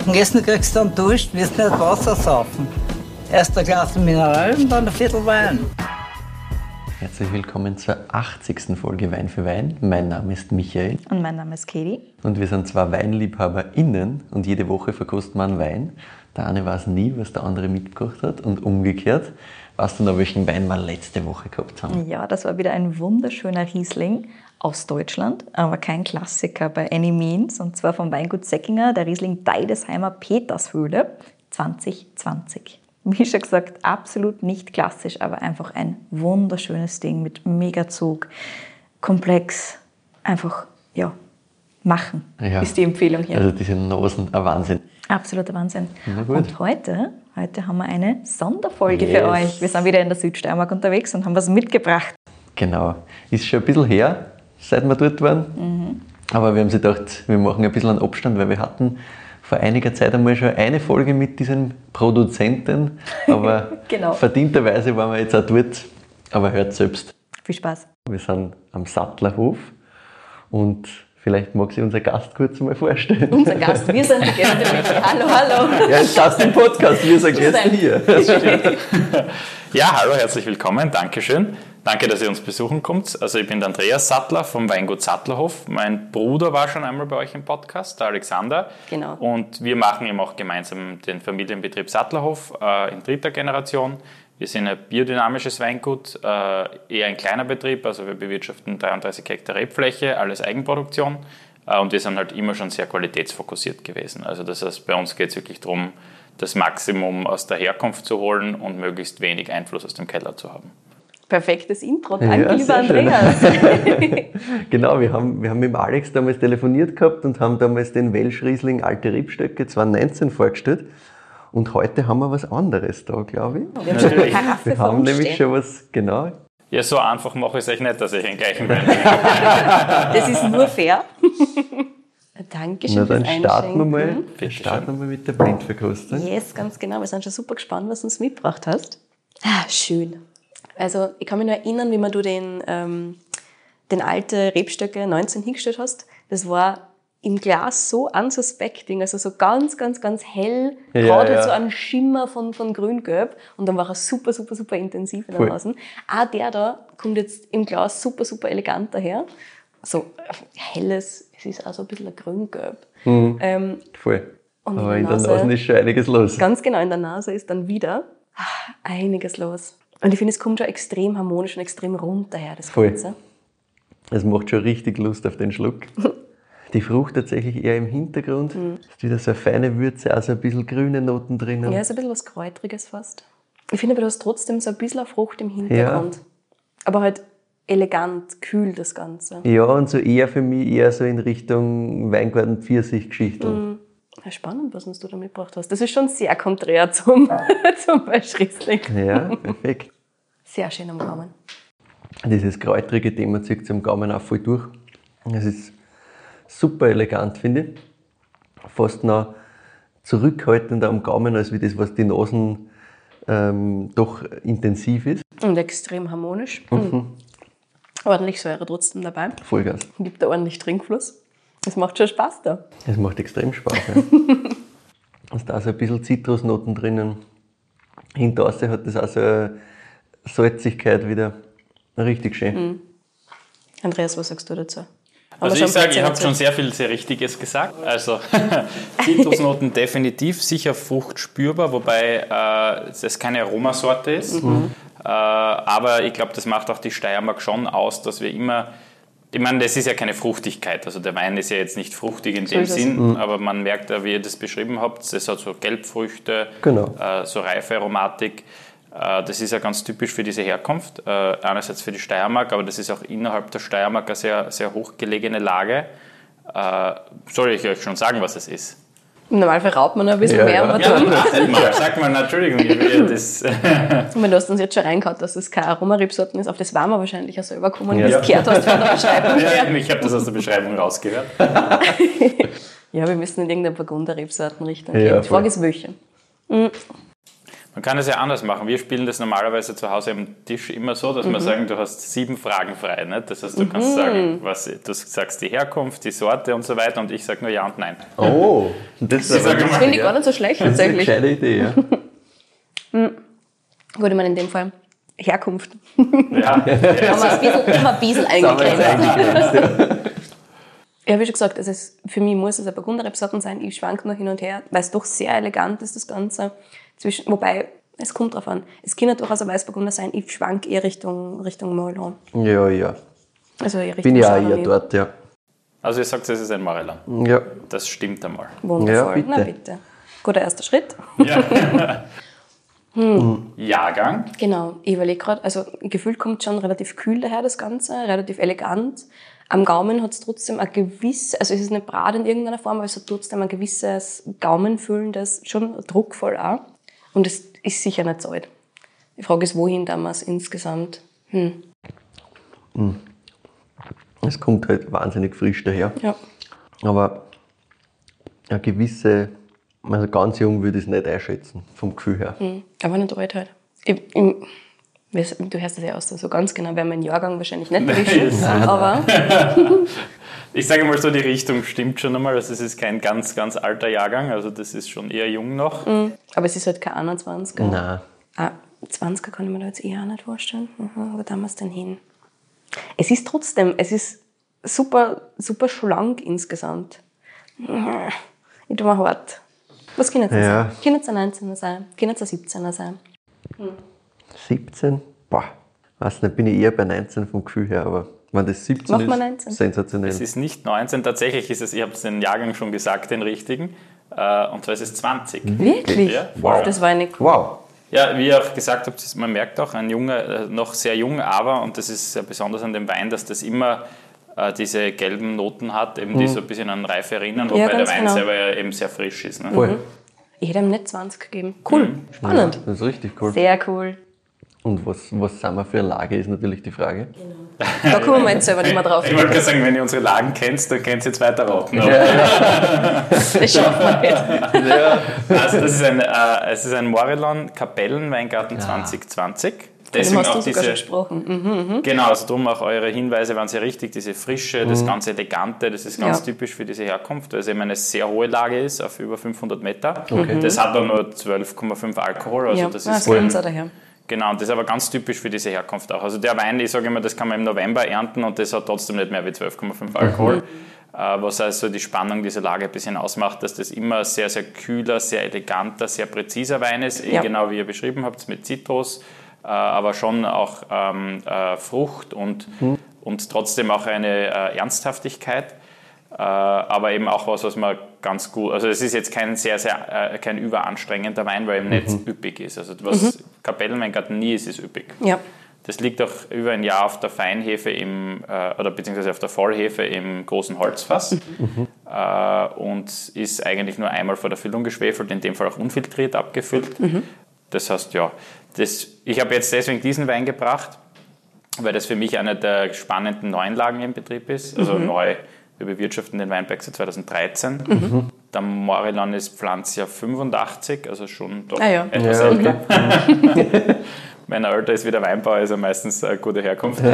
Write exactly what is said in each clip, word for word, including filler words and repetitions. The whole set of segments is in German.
Am Essen kriegst du dann Durst, wirst nicht Wasser saufen. Erst ein Glas Mineral und dann ein Viertel Wein. Herzlich willkommen zur achtzigsten Folge Wein für Wein. Mein Name ist Michael. Und mein Name ist Katie. Und wir sind zwei WeinliebhaberInnen und jede Woche verkosten wir einen Wein. Der eine weiß nie, was der andere mitgebracht hat und umgekehrt. Weißt du noch, welchen Wein wir letzte Woche gehabt haben? Ja, das war wieder ein wunderschöner Riesling aus Deutschland, aber kein Klassiker by any means. Und zwar vom Weingut Säckinger, der Riesling Deidesheimer Petershöhle zwanzig zwanzig. Wie schon gesagt, absolut nicht klassisch, aber einfach ein wunderschönes Ding mit Megazug, komplex, einfach, ja, machen, ja, ist die Empfehlung hier. Also diese Nasen, ein Wahnsinn. Absoluter Wahnsinn. Und heute, heute haben wir eine Sonderfolge yes. für euch. Wir sind wieder in der Südsteiermark unterwegs und haben was mitgebracht. Genau, ist schon ein bisschen her, seit wir dort waren, mhm. aber wir haben sich gedacht, wir machen ein bisschen einen Abstand, weil wir hatten vor einiger Zeit einmal schon eine Folge mit diesem Produzenten, aber genau. verdienterweise waren wir jetzt auch dort, aber hört selbst. Viel Spaß. Wir sind am Sattlerhof und vielleicht mag sich unser Gast kurz mal vorstellen. Unser Gast, wir sind die Gäste. Hallo, hallo. Ja, ist Gast im Podcast, wir sind Gäste hier. Ja, hallo, herzlich willkommen, Dankeschön. Danke, dass ihr uns besuchen kommt. Also ich bin der Andreas Sattler vom Weingut Sattlerhof. Mein Bruder war schon einmal bei euch im Podcast, der Alexander. Genau. Und wir machen eben auch gemeinsam den Familienbetrieb Sattlerhof äh, in dritter Generation. Wir sind ein biodynamisches Weingut, äh, eher ein kleiner Betrieb. Also wir bewirtschaften dreiunddreißig Hektar Rebfläche, alles Eigenproduktion. Äh, und wir sind halt immer schon sehr qualitätsfokussiert gewesen. Also das heißt, bei uns geht es wirklich darum, das Maximum aus der Herkunft zu holen und möglichst wenig Einfluss aus dem Keller zu haben. Perfektes Intro, danke, ja, lieber Andreas. Genau, wir haben, wir haben mit dem Alex damals telefoniert gehabt und haben damals den Welsch Riesling Alte Rebstöcke zwanzig neunzehn vorgestellt. Und heute haben wir was anderes da, glaube ich. Wir haben, schon eine wir haben nämlich schon was, genau. Ja, so einfach mache ich es euch nicht, dass ich den gleichen Wein Das ist nur fair. Dankeschön. Na, dann starten wir mal, mhm. starten wir mal mit der Blindverkostung. Yes, ganz genau. Wir sind schon super gespannt, was du uns mitgebracht hast. Ah, schön. Also ich kann mich nur erinnern, wie du den, ähm, den alte Rebstöcke neunzehn hingestellt hast. Das war im Glas so unsuspecting, also so ganz, ganz, ganz hell, ja, gerade ja. so ein Schimmer von, von grün-gelb. Und dann war er super, super, super intensiv in der Nase. Auch der da kommt jetzt im Glas super, super elegant daher. So helles, es ist auch so ein bisschen ein grün-gelb. Mhm. Ähm, Voll. Und aber in der, in der Nase ist schon einiges los. Ganz genau, in der Nase ist dann wieder ach, einiges los. Und ich finde, es kommt schon extrem harmonisch und extrem rund daher, das Voll. Ganze. Es macht schon richtig Lust auf den Schluck. Die Frucht tatsächlich eher im Hintergrund. Mhm. Es ist wieder so eine feine Würze, also ein bisschen grüne Noten drinnen. Ja, ist ein bisschen was Kräutriges fast. Ich finde aber, du hast trotzdem so ein bisschen eine Frucht im Hintergrund. Ja. Aber halt elegant, kühl das Ganze. Ja, und so eher für mich eher so in Richtung Weingarten-Pfirsich-Geschichte. Mhm. Ja, spannend, was uns du da mitgebracht hast. Das ist schon sehr konträr zum, zum Riesling. Ja, perfekt. Sehr schön am Gaumen. Dieses kräutrige Thema zieht sich am Gaumen auch voll durch. Es ist super elegant, finde ich. Fast noch zurückhaltender am Gaumen, als wie das, was die Nasen ähm, doch intensiv ist. Und extrem harmonisch. Mhm. Ordentlich Säure trotzdem dabei. Vollgas. Gibt da ordentlich Trinkfluss. Es macht schon Spaß da. Es macht extrem Spaß. Ja. Ist da so ein bisschen Zitrusnoten drinnen. Hinter raus hat das auch so eine Salzigkeit wieder. Richtig schön. Mhm. Andreas, was sagst du dazu? Also ich sage, ihr habt schon sehr viel sehr Richtiges gesagt. Also Zitrusnoten definitiv, sicher Frucht spürbar, wobei äh, es keine Aromasorte ist. Mhm. Äh, aber ich glaube, das macht auch die Steiermark schon aus, dass wir immer... Ich meine, das ist ja keine Fruchtigkeit, also der Wein ist ja jetzt nicht fruchtig in so dem Sinn, mhm. aber man merkt ja, wie ihr das beschrieben habt, es hat so Gelbfrüchte, genau. äh, so reife Aromatik. Äh, das ist ja ganz typisch für diese Herkunft, äh, einerseits für die Steiermark, aber das ist auch innerhalb der Steiermark eine sehr, sehr hochgelegene Lage. Äh, soll ich euch schon sagen, was es ist? Im Normalfall raubt man noch ein bisschen ja, mehr. Ja, ja na, mal, sag mal, Entschuldigung. Ich will das und du hast uns jetzt schon reingehauen, dass es keine Aromarebsorten ist. Auf das waren wir wahrscheinlich auch selber gekommen, ja. wie du es gehört hast von der Beschreibung. Ja, ich habe das aus der Beschreibung rausgehört. Ja, wir müssen in irgendeine Burgunder-Rebsortenrichtung gehen. Ja, die Frage ist, welche? Mhm. Man kann es ja anders machen. Wir spielen das normalerweise zu Hause am Tisch immer so, dass mhm. wir sagen, du hast sieben Fragen frei. Nicht? Das heißt, du mhm. kannst sagen, was, du sagst die Herkunft, die Sorte und so weiter und ich sage nur Ja und Nein. Oh, das, das, das finde ich gar nicht so schlecht tatsächlich. Das ist eine gescheite Idee, ja. Gut, ich meine in dem Fall Herkunft. Ja. Haben wir ein bisschen, ein bisschen eingegrenzt. Ja, wie schon gesagt, also es, für mich muss es ein Burgunder-Rebsorten sein. Ich schwank noch hin und her, weil es doch sehr elegant ist, das Ganze. Zwischen, wobei, es kommt drauf an. Es kann durchaus ein Weißburgunder sein. Ich schwank eher Richtung, Richtung Morillon. Ja, ja. Also eher Richtung Bin ja auch Chardonnay. eher dort, ja. Also ihr sagt, es ist ein Morillon. Ja. Das stimmt einmal. Wundervoll. Ja, bitte. Na bitte. Guter erster Schritt. Ja. hm. Jahrgang. Genau, ich überlege gerade, also gefühlt kommt schon relativ kühl daher das Ganze, relativ elegant. Am Gaumen hat es trotzdem ein gewisses, also es ist nicht Brat in irgendeiner Form, aber es hat trotzdem ein gewisses Gaumenfüllen, das schon druckvoll auch. Und es ist sicher nicht so alt. Die Frage ist, wohin damals insgesamt? Hm. Es kommt halt wahnsinnig frisch daher. Ja. Aber eine gewisse, also ganz jung würde ich es nicht einschätzen, vom Gefühl her. Hm. Aber nicht alt halt. Ich, ich, du hörst das ja aus, so ganz genau werden wir einen Jahrgang wahrscheinlich nicht erwischen, aber... Ich sage mal so, die Richtung stimmt schon einmal. Also es ist kein ganz, ganz alter Jahrgang, also das ist schon eher jung noch. Mhm. Aber es ist halt kein einundzwanziger. Nein. Ah, zwanziger kann ich mir da jetzt eher auch nicht vorstellen. Mhm, wo damals denn hin? Es ist trotzdem, es ist super, super schlank insgesamt. Ich tue mir hart. Was kann es Ja. sein? Kann es ein neunzehner sein? Kann es ein siebzehner sein? Hm. siebzehn? Boah, weiß nicht, bin ich eher bei neunzehn vom Gefühl her, aber wenn das siebzehn Mach mal ist, neunzehn. sensationell. Es ist nicht neunzehn, tatsächlich ist es, ich habe es den Jahrgang schon gesagt, den richtigen, äh, und zwar ist es zwanzig. Wirklich? Ja, Wow. Das war eine cool. Wow. Ja, wie ihr auch gesagt habt, man merkt auch, ein junger, noch sehr jung, aber, und das ist sehr besonders an dem Wein, dass das immer äh, diese gelben Noten hat, eben die so ein bisschen an Reife erinnern, wobei Ja, der ganz Wein genau. selber ja eben sehr frisch ist. Ne? Voll. Ich hätte ihm nicht zwanzig gegeben. Cool, spannend. Das ist richtig cool. Sehr cool. Und was, was sind wir für eine Lage, ist natürlich die Frage. Da kommen wir jetzt selber nicht mehr drauf. Ich wollte gerade sagen, wenn ihr unsere Lagen kennt, dann könnt ihr jetzt weiter raten. Das schaffen wir nicht. Ja. Also das ist ein, äh, es ist ein Morillon Kapellenweingarten zwanzig zwanzig. Deswegen hast du auch sogar diese, schon gesprochen. Mhm, mhm. Genau, also darum auch eure Hinweise waren sehr richtig. Diese Frische, das ganze Elegante, das ist ganz Ja. typisch für diese Herkunft, weil es eben eine sehr hohe Lage ist, auf über fünfhundert Meter. Okay. Das hat dann nur zwölf Komma fünf Alkohol, also Ja, das das ist kommt uns auch daher. genau, und das ist aber ganz typisch für diese Herkunft auch. Also der Wein, ich sage immer, das kann man im November ernten und das hat trotzdem nicht mehr wie zwölf Komma fünf Alkohol. Mhm. Was also die Spannung dieser Lage ein bisschen ausmacht, dass das immer sehr, sehr kühler, sehr eleganter, sehr präziser Wein ist, eh Ja. genau wie ihr beschrieben habt, mit Zitrus, aber schon auch ähm, äh, Frucht und, mhm. und trotzdem auch eine äh, Ernsthaftigkeit. Äh, aber eben auch was, was man ganz gut, also es ist jetzt kein sehr, sehr, äh, kein überanstrengender Wein, weil eben nicht Mhm. üppig ist. Also was mhm. Kapellenweingarten nie ist, ist üppig. Ja. Das liegt auch über ein Jahr auf der Feinhefe im, äh, oder beziehungsweise auf der Vollhefe im großen Holzfass mhm. äh, und ist eigentlich nur einmal vor der Füllung geschwefelt, in dem Fall auch unfiltriert abgefüllt. Mhm. Das heißt, ja, das, ich habe jetzt deswegen diesen Wein gebracht, weil das für mich eine der spannenden neuen Lagen im Betrieb ist, also mhm. neu. Wir bewirtschaften den Weinberg seit zweitausenddreizehn. Mhm. Der Morillon ist Pflanzjahr fünfundachtzig, also schon doch ah, ja. etwas ja, älter. okay. Wenn er älter ist wie der Weinbauer, ist er meistens eine gute Herkunft.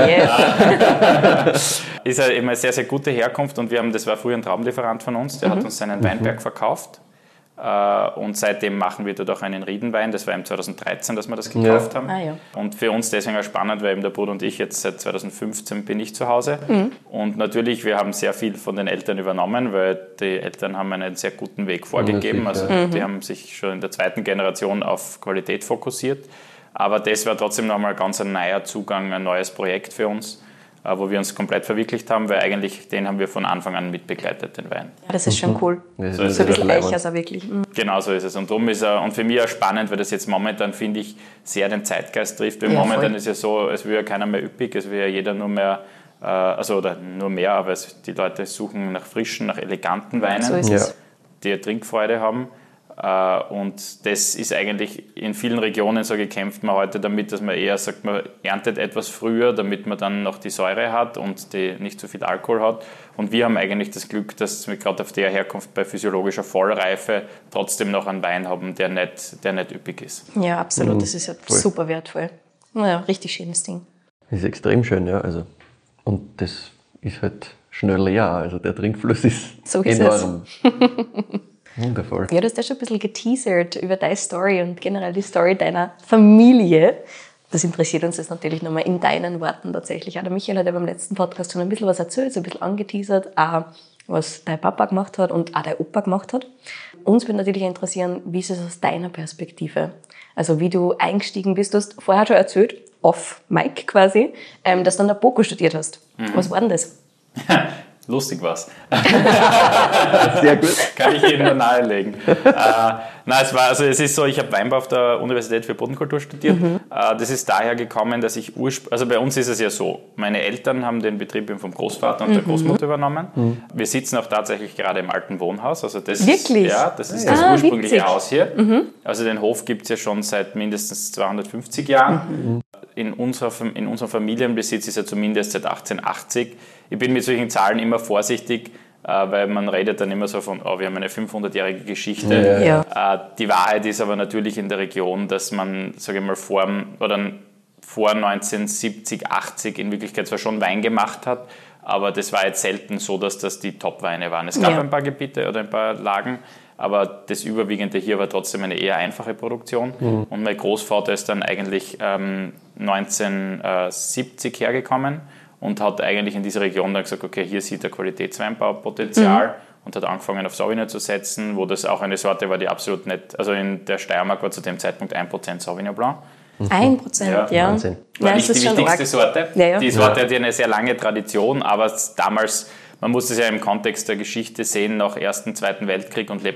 Yes. Ist er eben eine sehr, sehr gute Herkunft und wir haben, das war früher ein Traumlieferant von uns, der mhm. hat uns seinen Weinberg verkauft. Und seitdem machen wir dort auch einen Riedenwein. Das war im zweitausenddreizehn, dass wir das gekauft ja. haben. Ah, ja. Und für uns deswegen auch spannend, weil eben der Bruder und ich jetzt seit zweitausendfünfzehn bin ich zu Hause. Mhm. Und natürlich, wir haben sehr viel von den Eltern übernommen, weil die Eltern haben einen sehr guten Weg vorgegeben. Ja, also mhm. die haben sich schon in der zweiten Generation auf Qualität fokussiert. Aber das war trotzdem nochmal ganz ein neuer Zugang, ein neues Projekt für uns, wo wir uns komplett verwirklicht haben, weil eigentlich den haben wir von Anfang an mitbegleitet, den Wein. Ja, das ist schon cool. Das So, ist so ein bisschen leibend. Eich, also wirklich. Mhm. Genau so ist es. Und darum ist er, und für mich auch spannend, weil das jetzt momentan, finde ich, sehr den Zeitgeist trifft. Weil Ja, momentan voll. ist ja so, es will ja keiner mehr üppig, es will ja jeder nur mehr, äh, also oder nur mehr, aber es, die Leute suchen nach frischen, nach eleganten Weinen, So ist Ja. es. die eine Trinkfreude haben. Und das ist eigentlich in vielen Regionen so, gekämpft man heute damit, dass man eher sagt, man erntet etwas früher, damit man dann noch die Säure hat und die nicht so viel Alkohol hat. Und wir haben eigentlich das Glück, dass wir gerade auf der Herkunft bei physiologischer Vollreife trotzdem noch einen Wein haben, der nicht, der nicht üppig ist. Ja, absolut. Mhm, das ist ja voll. Super wertvoll. Ja, richtig schönes Ding. Das ist extrem schön, ja. Also, und das ist halt schnell leer. Also der Trinkfluss ist, so ist enorm. Wundervoll. Ja, du hast ja schon ein bisschen geteasert über deine Story und generell die Story deiner Familie. Das interessiert uns jetzt natürlich nochmal in deinen Worten tatsächlich. Auch der Michael hat ja beim letzten Podcast schon ein bisschen was erzählt, so ein bisschen angeteasert, auch was dein Papa gemacht hat und auch dein Opa gemacht hat. Uns würde natürlich interessieren, wie ist es aus deiner Perspektive? Also wie du eingestiegen bist. Du hast vorher schon erzählt, off Mic quasi, dass du dann der Boko studiert hast. Mhm. Was war denn das? Lustig war's. Sehr gut. Kann ich jedem nur nahelegen. äh, nein, es war, also es ist so, ich habe Weinbau auf der Universität für Bodenkultur studiert. Mhm. Äh, das ist daher gekommen, dass ich ursprünglich, also bei uns ist es ja so, meine Eltern haben den Betrieb vom Großvater und mhm. der Großmutter übernommen. Mhm. Wir sitzen auch tatsächlich gerade im alten Wohnhaus. Also das Wirklich? Ist, ja, das ist ah, das ursprüngliche witzig. Haus hier. Mhm. Also den Hof gibt es ja schon seit mindestens zweihundertfünfzig Jahren. Mhm. In, unserer, in unserem Familienbesitz ist er zumindest seit achtzehnhundertachtzig. Ich bin mit solchen Zahlen immer vorsichtig, weil man redet dann immer so von, oh, wir haben eine fünfhundertjährige Geschichte. Ja. Ja. Die Wahrheit ist aber natürlich in der Region, dass man, sage ich mal, vor, oder vor neunzehnhundertsiebzig, achtzig in Wirklichkeit zwar schon Wein gemacht hat, aber das war jetzt selten so, dass das die Top-Weine waren. Es gab ja. ein paar Gebiete oder ein paar Lagen, aber das Überwiegende hier war trotzdem eine eher einfache Produktion. Mhm. Und mein Großvater ist dann eigentlich ähm, neunzehnhundertsiebzig hergekommen und hat eigentlich in dieser Region dann gesagt, okay, hier sieht er Qualitätsweinbaupotenzial mhm. und hat angefangen auf Sauvignon zu setzen, wo das auch eine Sorte war, die absolut nicht, also in der Steiermark war zu dem Zeitpunkt ein Prozent Sauvignon Blanc. ein Prozent, ja. ja. Wahnsinn. War ja, nicht die wichtigste arg. Sorte. Ja, ja. Die Sorte hat ja eine sehr lange Tradition, aber damals, man muss es ja im Kontext der Geschichte sehen, nach Ersten, Zweiten Weltkrieg und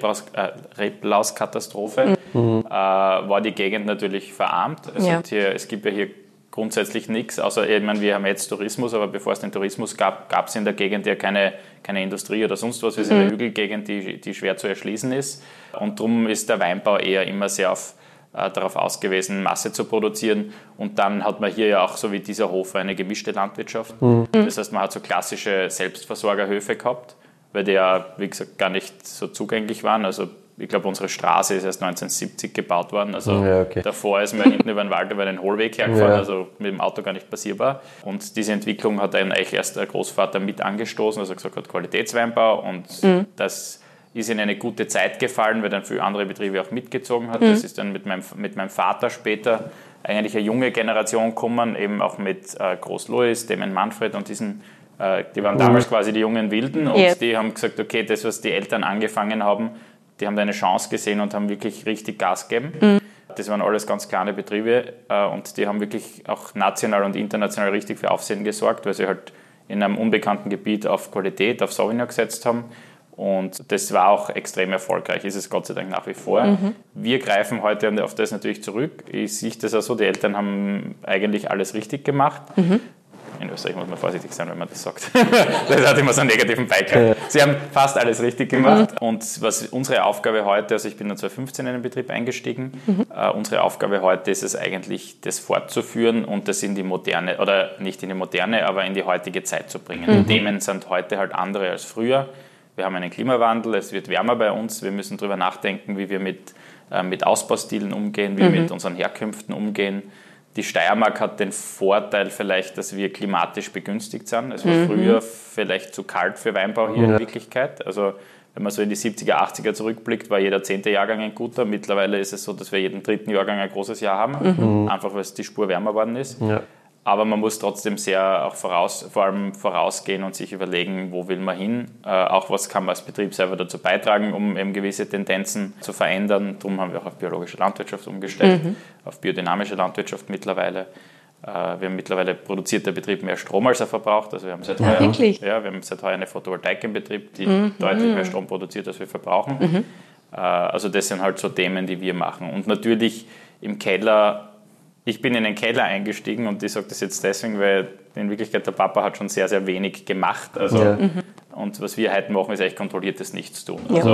Reblauskatastrophe mhm. äh, war die Gegend natürlich verarmt. Also ja. hier, es gibt ja hier grundsätzlich nichts, außer, ich meine, wir haben jetzt Tourismus, aber bevor es den Tourismus gab, gab es in der Gegend ja keine, keine Industrie oder sonst was. Wir sind mhm. eine Hügelgegend, die, die schwer zu erschließen ist. Und darum ist der Weinbau eher immer sehr auf, äh, darauf ausgewiesen, Masse zu produzieren. Und dann hat man hier ja auch, so wie dieser Hof, eine gemischte Landwirtschaft. Mhm. Das heißt, man hat so klassische Selbstversorgerhöfe gehabt, weil die ja, wie gesagt, gar nicht so zugänglich waren. Also ich glaube, unsere Straße ist erst neunzehnhundertsiebzig gebaut worden. Also ja, okay. davor ist man hinten über den Wald über den Hohlweg hergefahren, ja. also mit dem Auto gar nicht passierbar. Und diese Entwicklung hat dann eigentlich erst der Großvater mit angestoßen, also gesagt hat Qualitätsweinbau. Und mhm. das ist in eine gute Zeit gefallen, weil dann viele andere Betriebe auch mitgezogen hat. Mhm. Das ist dann mit meinem, mit meinem Vater später eigentlich eine junge Generation gekommen, eben auch mit äh, Groß Louis, dem Manfred und diesen, äh, die waren damals quasi die jungen Wilden und yep. die haben gesagt, okay, das, was die Eltern angefangen haben, die haben da eine Chance gesehen und haben wirklich richtig Gas gegeben. Mhm. Das waren alles ganz kleine Betriebe äh, und die haben wirklich auch national und international richtig für Aufsehen gesorgt, weil sie halt in einem unbekannten Gebiet auf Qualität, auf Sauvignon gesetzt haben. Und das war auch extrem erfolgreich, ist es Gott sei Dank nach wie vor. Mhm. Wir greifen heute auf das natürlich zurück. Ich sehe das auch so, die Eltern haben eigentlich alles richtig gemacht. Mhm. In Österreich muss man vorsichtig sein, wenn man das sagt. Das hat immer so einen negativen Beigeschmack. Sie haben fast alles richtig gemacht. Mhm. Und was unsere Aufgabe heute, also ich bin dann zweitausendfünfzehn in den Betrieb eingestiegen, mhm. äh, unsere Aufgabe heute ist es eigentlich, das fortzuführen und das in die moderne, oder nicht in die moderne, aber in die heutige Zeit zu bringen. Mhm. Die Themen sind heute halt andere als früher. Wir haben einen Klimawandel, es wird wärmer bei uns, wir müssen darüber nachdenken, wie wir mit, äh, mit Ausbaustilen umgehen, wie mhm. wir mit unseren Herkünften umgehen. Die Steiermark hat den Vorteil vielleicht, dass wir klimatisch begünstigt sind. Es war mhm. früher vielleicht zu kalt für Weinbau hier ja. in Wirklichkeit. Also wenn man so in die siebziger, achtziger zurückblickt, war jeder zehnte Jahrgang ein guter. Mittlerweile ist es so, dass wir jeden dritten Jahrgang ein großes Jahr haben, mhm. einfach weil es die Spur wärmer geworden ist. Ja. Aber man muss trotzdem sehr auch voraus, vor allem vorausgehen und sich überlegen, wo will man hin. Äh, auch was kann man als Betrieb selber dazu beitragen, um eben gewisse Tendenzen zu verändern. Darum haben wir auch auf biologische Landwirtschaft umgestellt, mhm. auf biodynamische Landwirtschaft mittlerweile. Äh, wir haben mittlerweile produziert der Betrieb mehr Strom, als er verbraucht. Also wir haben seit ja, heuer, wirklich? Ja, wir haben seit heuer eine Photovoltaik im Betrieb, die mhm. deutlich mehr Strom produziert, als wir verbrauchen. Mhm. Äh, also das sind halt so Themen, die wir machen. Und natürlich im Keller. Ich bin in den Keller eingestiegen und ich sage das jetzt deswegen, weil in Wirklichkeit der Papa hat schon sehr, sehr wenig gemacht. Also, ja. mhm. Und was wir heute machen, ist eigentlich kontrolliertes Nichtstun. Ja. Also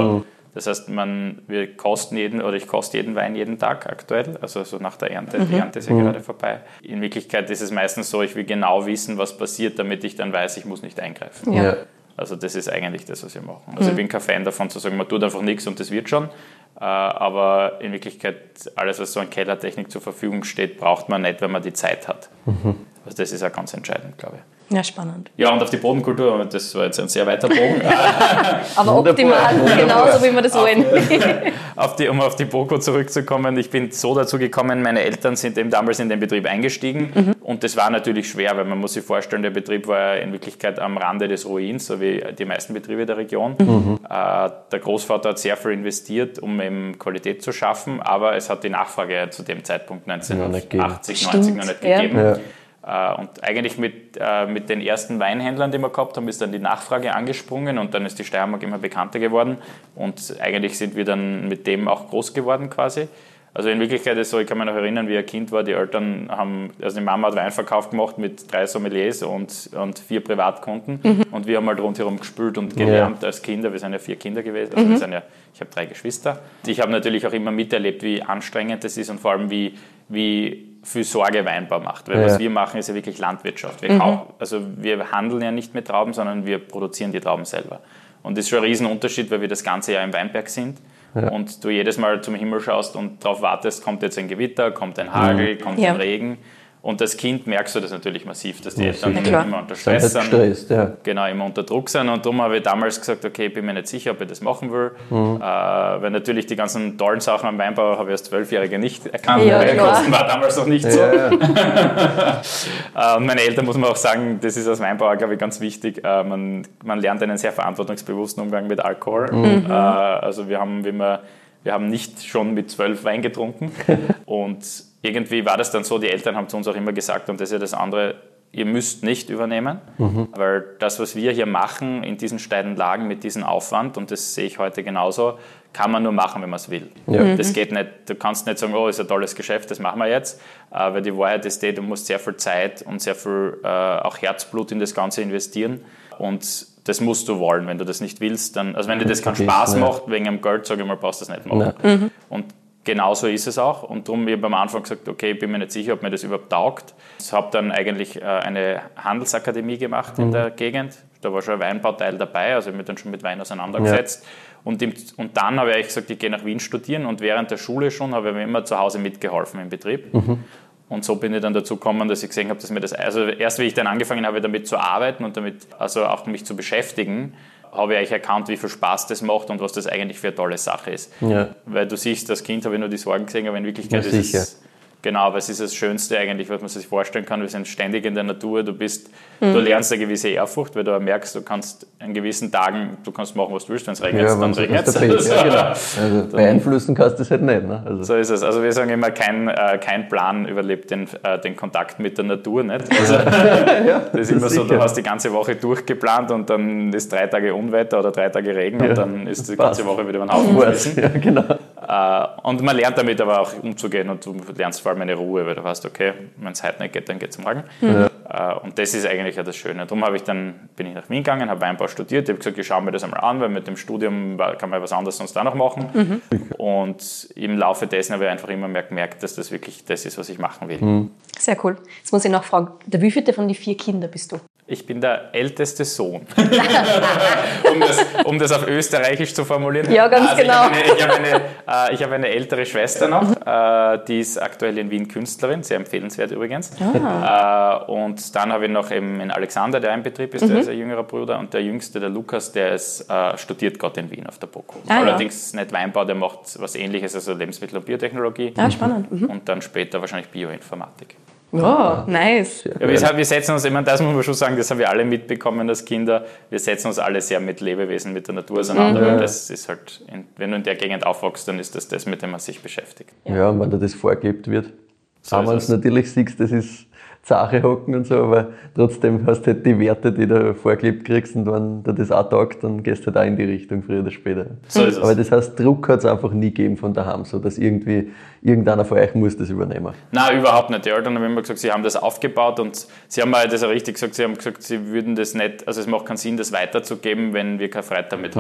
Das heißt, man, wir kosten jeden, oder ich koste jeden Wein jeden Tag aktuell, also so nach der Ernte. Mhm. Die Ernte ist ja mhm. gerade vorbei. In Wirklichkeit ist es meistens so, ich will genau wissen, was passiert, damit ich dann weiß, ich muss nicht eingreifen. Ja. Also das ist eigentlich das, was wir machen. Also mhm. ich bin kein Fan davon zu sagen, man tut einfach nichts und das wird schon. Aber in Wirklichkeit, alles, was so an Kellertechnik zur Verfügung steht, braucht man nicht, wenn man die Zeit hat. Mhm. Also das ist auch ganz entscheidend, glaube ich. Ja, spannend. Ja, und auf die Bodenkultur, das war jetzt ein sehr weiter Bogen. Aber optimal, genauso wie wir das wollen. auf die, um auf die Boko zurückzukommen, ich bin so dazu gekommen, meine Eltern sind eben damals in den Betrieb eingestiegen mhm. und das war natürlich schwer, weil man muss sich vorstellen, der Betrieb war in Wirklichkeit am Rande des Ruins, so wie die meisten Betriebe der Region. Mhm. Äh, der Großvater hat sehr viel investiert, um eben Qualität zu schaffen, aber es hat die Nachfrage zu dem Zeitpunkt neunzehnhundertachtzig, neunzig noch nicht gegeben. Ja. Und eigentlich mit, äh, mit den ersten Weinhändlern, die wir gehabt haben, ist dann die Nachfrage angesprungen und dann ist die Steiermark immer bekannter geworden und eigentlich sind wir dann mit dem auch groß geworden quasi. Also in Wirklichkeit ist es so, ich kann mich noch erinnern, wie ich ein Kind war, die Eltern haben, also die Mama hat Weinverkauf gemacht mit drei Sommeliers und, und vier Privatkunden mhm. und wir haben halt rundherum gespült und gelernt ja. als Kinder, wir sind ja vier Kinder gewesen, also mhm. wir sind ja, ich habe drei Geschwister. Ich habe natürlich auch immer miterlebt, wie anstrengend das ist und vor allem wie, wie viel Sorge Weinbau macht, weil ja. was wir machen, ist ja wirklich Landwirtschaft. Wir, mhm. kaufen, also wir handeln ja nicht mit Trauben, sondern wir produzieren die Trauben selber. Und das ist schon ein Riesenunterschied, weil wir das ganze Jahr im Weinberg sind ja. und du jedes Mal zum Himmel schaust und darauf wartest, kommt jetzt ein Gewitter, kommt ein Hagel, mhm. kommt ja. ein Regen. Und als Kind merkst du das natürlich massiv, dass die ja, Eltern ja, immer unter Stress sind, gestresst, ja. genau, immer unter Druck sind. Und darum habe ich damals gesagt, okay, ich bin mir nicht sicher, ob ich das machen will. Mhm. Äh, weil natürlich die ganzen tollen Sachen am Weinbau habe ich als Zwölfjähriger nicht erkannt. Ja, Kosten war damals noch nicht so. Ja, ja. Und meine Eltern, muss man auch sagen, das ist als Weinbauer, glaube ich, ganz wichtig. Äh, man, man lernt einen sehr verantwortungsbewussten Umgang mit Alkohol. Mhm. Äh, also wir haben, wie man, wir haben nicht schon mit zwölf Wein getrunken. Und irgendwie war das dann so, die Eltern haben zu uns auch immer gesagt, und das ist ja das andere, ihr müsst nicht übernehmen, mhm. weil das, was wir hier machen in diesen steilen Lagen mit diesem Aufwand, und das sehe ich heute genauso, kann man nur machen, wenn man es will. Ja. Mhm. Das geht nicht, du kannst nicht sagen, oh, ist ein tolles Geschäft, das machen wir jetzt, weil die Wahrheit ist die, du musst sehr viel Zeit und sehr viel äh, auch Herzblut in das Ganze investieren und das musst du wollen. Wenn du das nicht willst, dann, also wenn dir das keinen Spaß ja. macht, wegen dem Geld, sage ich mal, brauchst du das nicht machen. Ja. Mhm. Und genauso ist es auch und darum habe ich am Anfang gesagt, okay, ich bin mir nicht sicher, ob mir das überhaupt taugt. Ich habe dann eigentlich eine Handelsakademie gemacht mhm. in der Gegend. Da war schon ein Weinbauteil dabei, also ich habe mich dann schon mit Wein auseinandergesetzt. Ja. Und, im, und dann habe ich eigentlich gesagt, ich gehe nach Wien studieren und während der Schule schon habe ich mir immer zu Hause mitgeholfen im Betrieb. Mhm. Und so bin ich dann dazu gekommen, dass ich gesehen habe, dass mir das, also erst wie ich dann angefangen habe, damit zu arbeiten und damit also auch mich zu beschäftigen, habe ich eigentlich erkannt, wie viel Spaß das macht und was das eigentlich für eine tolle Sache ist. Ja. Weil du siehst, als Kind habe ich nur die Sorgen gesehen, aber in Wirklichkeit ja, ist es, genau, aber es ist das Schönste eigentlich, was man sich vorstellen kann. Wir sind ständig in der Natur, du bist, mhm. du lernst eine gewisse Ehrfurcht, weil du merkst, du kannst an gewissen Tagen, du kannst machen, was du willst, wenn es regnet, ja, dann regnet es. Ja, genau. Also beeinflussen kannst du das halt nicht. Ne? Also. So ist es. Also wir sagen immer, kein, äh, kein Plan überlebt den, äh, den Kontakt mit der Natur. Nicht? Also, ja, das ist immer so, sicher. Du hast die ganze Woche durchgeplant und dann ist drei Tage Unwetter oder drei Tage Regen ja, und dann ist die ganze Woche wieder über den Haufen gewesen. Ja, genau. Äh, und man lernt damit aber auch umzugehen und du lernst vor allem eine Ruhe, weil du weißt, okay, wenn es heute nicht geht, dann geht es morgen. Mhm. Äh, und das ist eigentlich ja das Schöne. Darum habe ich dann, bin ich nach Wien gegangen, habe Weinbau studiert, ich habe gesagt, ich schaue mir das einmal an, weil mit dem Studium kann man was anderes sonst auch noch machen. Mhm. Und im Laufe dessen habe ich einfach immer mehr gemerkt, dass das wirklich das ist, was ich machen will. Mhm. Sehr cool. Jetzt muss ich noch fragen, der wievielte von den vier Kindern bist du? Ich bin der älteste Sohn, um, das, um das auf Österreichisch zu formulieren. Ja, ganz also genau. Ich habe eine, ich habe eine, äh, ich habe eine ältere Schwester noch, äh, die ist aktuell in Wien Künstlerin, sehr empfehlenswert übrigens. Ah. Äh, und dann habe ich noch eben einen Alexander, der im Betrieb ist, mhm. der ist ein jüngerer Bruder. Und der Jüngste, der Lukas, der ist, äh, studiert gerade in Wien auf der Boko. Ah, allerdings ja. nicht Weinbau, der macht was Ähnliches, also Lebensmittel- und Biotechnologie. Ah, spannend. Mhm. Und dann später wahrscheinlich Bioinformatik. Oh, nice. Ja, wir, wir setzen uns, ich meine, das muss man schon sagen, das haben wir alle mitbekommen als Kinder, wir setzen uns alle sehr mit Lebewesen, mit der Natur auseinander. Mhm. Und das ist halt, wenn du in der Gegend aufwachst, dann ist das das, mit dem man sich beschäftigt. Ja, ja, und wenn dir das vorgelebt wird, so auch wenn du natürlich siehst, das ist Sache hocken und so, aber trotzdem hast du halt die Werte, die du vorgelebt kriegst und wenn dir das auch taugt, dann gehst du halt auch in die Richtung, früher oder später. So ist es. Aber das heißt, Druck hat es einfach nie gegeben von daheim, so dass irgendwie irgendeiner von euch muss das übernehmen. Nein, überhaupt nicht. Die Eltern haben immer gesagt, sie haben das aufgebaut und sie haben das auch richtig gesagt, sie haben gesagt, sie würden das nicht, also es macht keinen Sinn, das weiterzugeben, wenn wir keine Freude damit haben. Ja.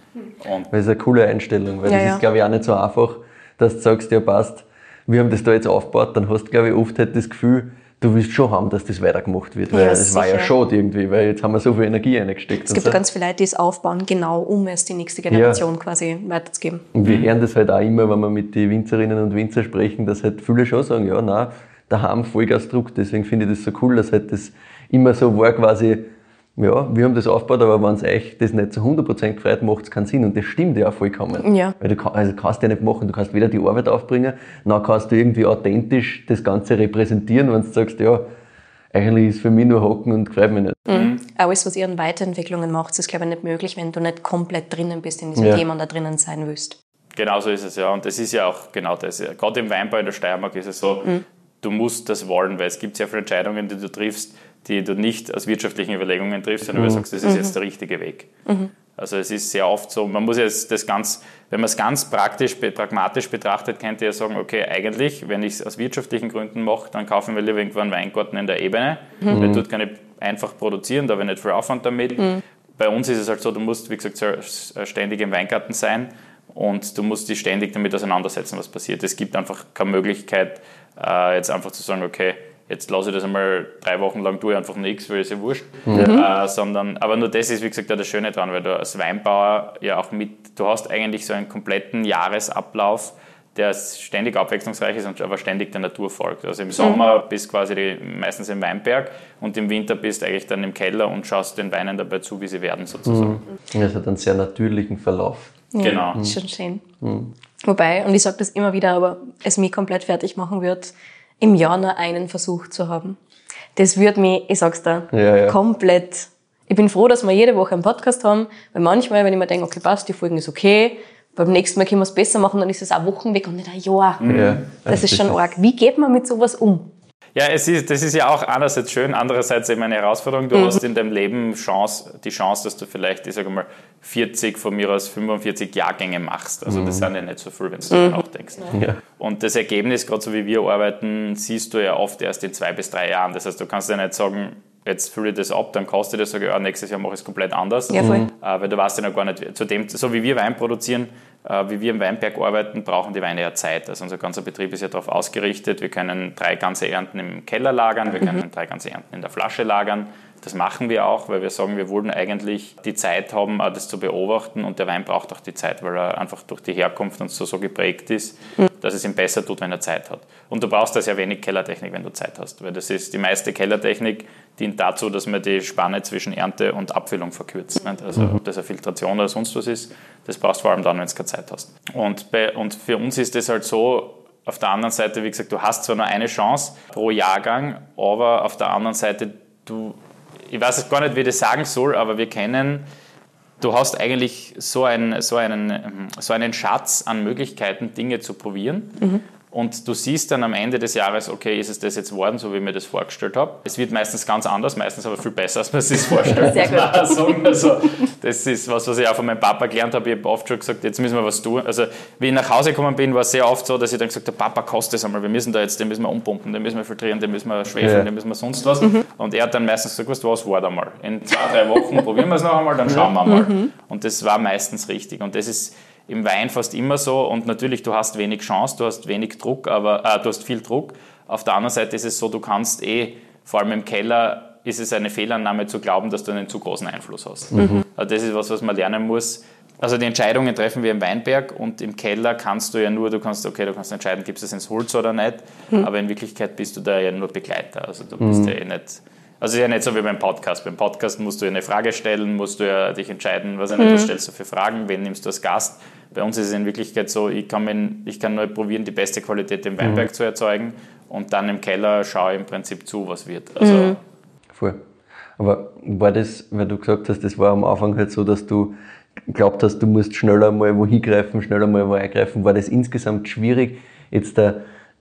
Und das ist eine coole Einstellung, weil Ja, das ja. ist, glaube ich, auch nicht so einfach, dass du sagst, ja passt, wir haben das da jetzt aufgebaut, dann hast du, glaube ich, oft halt das Gefühl, du willst schon haben, dass das weitergemacht wird, weil Ja, es war ja sicher. schade irgendwie, weil jetzt haben wir so viel Energie reingesteckt. Es gibt und ja ganz viele Leute, die es aufbauen, genau um es die nächste Generation quasi weiterzugeben. Und wir hören das halt auch immer, wenn wir mit den Winzerinnen und Winzer sprechen, dass halt viele schon sagen, ja, nein, daheim Vollgasdruck. Deswegen finde ich das so cool, dass halt das immer so war quasi, ja, wir haben das aufgebaut, aber wenn es euch das nicht zu hundert Prozent gefreut, macht es keinen Sinn. Und das stimmt ja auch vollkommen. Ja. Weil du kann, also kannst ja nicht machen, du kannst weder die Arbeit aufbringen, noch kannst du irgendwie authentisch das Ganze repräsentieren, wenn du sagst, ja, eigentlich ist für mich nur Hocken und gefreut mich nicht. Mhm. Alles, was ihr an Weiterentwicklungen macht, ist, glaube ich, nicht möglich, wenn du nicht komplett drinnen bist in diesem Ja. Thema und da drinnen sein willst. genau so ist es ja. Und das ist ja auch genau das. Gerade im Weinbau in der Steiermark ist es so, du musst das wollen, weil es gibt sehr viele Entscheidungen, die du triffst, die du nicht aus wirtschaftlichen Überlegungen triffst, sondern du sagst, das ist jetzt der richtige Weg. Also es ist sehr oft so, man muss jetzt das ganz, wenn man es ganz praktisch, pragmatisch betrachtet, könnte ja sagen, okay, eigentlich, wenn ich es aus wirtschaftlichen Gründen mache, dann kaufen wir lieber irgendwo einen Weingarten in der Ebene, mhm. weil dort kann ich einfach produzieren, da habe ich nicht viel Aufwand damit. Mhm. Bei uns ist es halt so, du musst, wie gesagt, ständig im Weingarten sein und du musst dich ständig damit auseinandersetzen, was passiert. Es gibt einfach keine Möglichkeit, jetzt einfach zu sagen, okay, jetzt lasse ich das einmal drei Wochen lang durch, einfach nichts, weil es ja wurscht. Mhm. Äh, sondern, aber nur das ist, wie gesagt, auch das Schöne dran, weil du als Weinbauer ja auch mit, du hast eigentlich so einen kompletten Jahresablauf, der ständig abwechslungsreich ist und aber ständig der Natur folgt. Also im Sommer mhm. bist du quasi die, meistens im Weinberg und im Winter bist du eigentlich dann im Keller und schaust den Weinen dabei zu, wie sie werden sozusagen. Mhm. Das hat einen sehr natürlichen Verlauf. Ja, genau. Ist schon schön. Mhm. Wobei, und ich sage das immer wieder, aber es mich komplett fertig machen wird, im Jahr nur einen Versuch zu haben. Das würde mich, ich sag's dir, ja, ja. komplett... Ich bin froh, dass wir jede Woche einen Podcast haben, weil manchmal, wenn ich mir denke, okay, passt, die Folge ist okay, beim nächsten Mal können wir es besser machen, dann ist es auch Wochen weg und nicht ein Jahr. Ja, das ist schon arg. Wie geht man mit sowas um? Ja, es ist, das ist ja auch einerseits schön, andererseits eben eine Herausforderung. Du mhm. hast in deinem Leben Chance, die Chance, dass du vielleicht, ich sage mal, vierzig, von mir aus fünfundvierzig Jahrgänge machst. Also mhm. das sind ja nicht so viel, wenn du mhm. nachdenkst. Ja. Und das Ergebnis, gerade so wie wir arbeiten, siehst du ja oft erst in zwei bis drei Jahren. Das heißt, du kannst ja nicht sagen, jetzt fülle ich das ab, dann kostet das, sage ich, ja, nächstes Jahr mache ich es komplett anders. Ja, voll. Mhm. Äh, weil du weißt ja noch gar nicht, zu dem, so wie wir Wein produzieren, äh, wie wir im Weinberg arbeiten, brauchen die Weine ja Zeit. Also unser ganzer Betrieb ist ja darauf ausgerichtet, wir können drei ganze Ernten im Keller lagern, wir können mhm. drei ganze Ernten in der Flasche lagern. Das machen wir auch, weil wir sagen, wir wollen eigentlich die Zeit haben, das zu beobachten und der Wein braucht auch die Zeit, weil er einfach durch die Herkunft und so, so geprägt ist, mhm. dass es ihm besser tut, wenn er Zeit hat. Und du brauchst da sehr wenig Kellertechnik, wenn du Zeit hast, weil das ist die meiste Kellertechnik dient dazu, dass man die Spanne zwischen Ernte und Abfüllung verkürzt. Mhm. Also ob das eine Filtration oder sonst was ist, das brauchst du vor allem dann, wenn du keine Zeit hast. Und, bei, und für uns ist das halt so, auf der anderen Seite, wie gesagt, du hast zwar nur eine Chance pro Jahrgang, aber auf der anderen Seite, du ich weiß jetzt gar nicht, wie ich das sagen soll, aber wir kennen, du hast eigentlich so, ein, so, einen, so einen Schatz an Möglichkeiten, Dinge zu probieren. Mhm. Und du siehst dann am Ende des Jahres, okay, ist es das jetzt worden, so wie ich mir das vorgestellt habe. Es wird meistens ganz anders, meistens aber viel besser, als man sich das vorstellt. Sehr gut. Also, das ist was, was ich auch von meinem Papa gelernt habe. Ich habe oft schon gesagt, jetzt müssen wir was tun. Also, wie ich nach Hause gekommen bin, war es sehr oft so, dass ich dann gesagt habe, Papa, kostet es einmal, wir müssen da jetzt, den müssen wir umpumpen, den müssen wir filtrieren, den müssen wir schwefeln, ja. den müssen wir sonst was. Mhm. Und er hat dann meistens gesagt, was war da mal? In zwei, drei Wochen probieren wir es noch einmal, dann schauen wir mal. Mhm. Und das war meistens richtig. Und das ist im Wein fast immer so und natürlich, du hast wenig Chance, du hast wenig Druck, aber äh, du hast viel Druck. Auf der anderen Seite ist es so, du kannst eh, vor allem im Keller, ist es eine Fehlannahme zu glauben, dass du einen zu großen Einfluss hast. Mhm. Also das ist was, was man lernen muss. Also die Entscheidungen treffen wir im Weinberg und im Keller kannst du ja nur, du kannst, okay, du kannst entscheiden, gibst du es ins Holz oder nicht, mhm. aber in Wirklichkeit bist du da ja nur Begleiter. Also du bist mhm. ja eh nicht... Also es ist ja nicht so wie beim Podcast. Beim Podcast musst du ja eine Frage stellen, musst du ja dich entscheiden, was, mhm. was stellst du für Fragen, wen nimmst du als Gast. Bei uns ist es in Wirklichkeit so, ich kann, mein, ich kann nur probieren, die beste Qualität im Weinberg mhm. zu erzeugen und dann im Keller schaue ich im Prinzip zu, was wird. Also mhm. Voll. Aber war das, weil du gesagt hast, das war am Anfang halt so, dass du glaubt hast, du musst schneller mal wo hingreifen, schneller mal wo eingreifen. War das insgesamt schwierig? Jetzt da,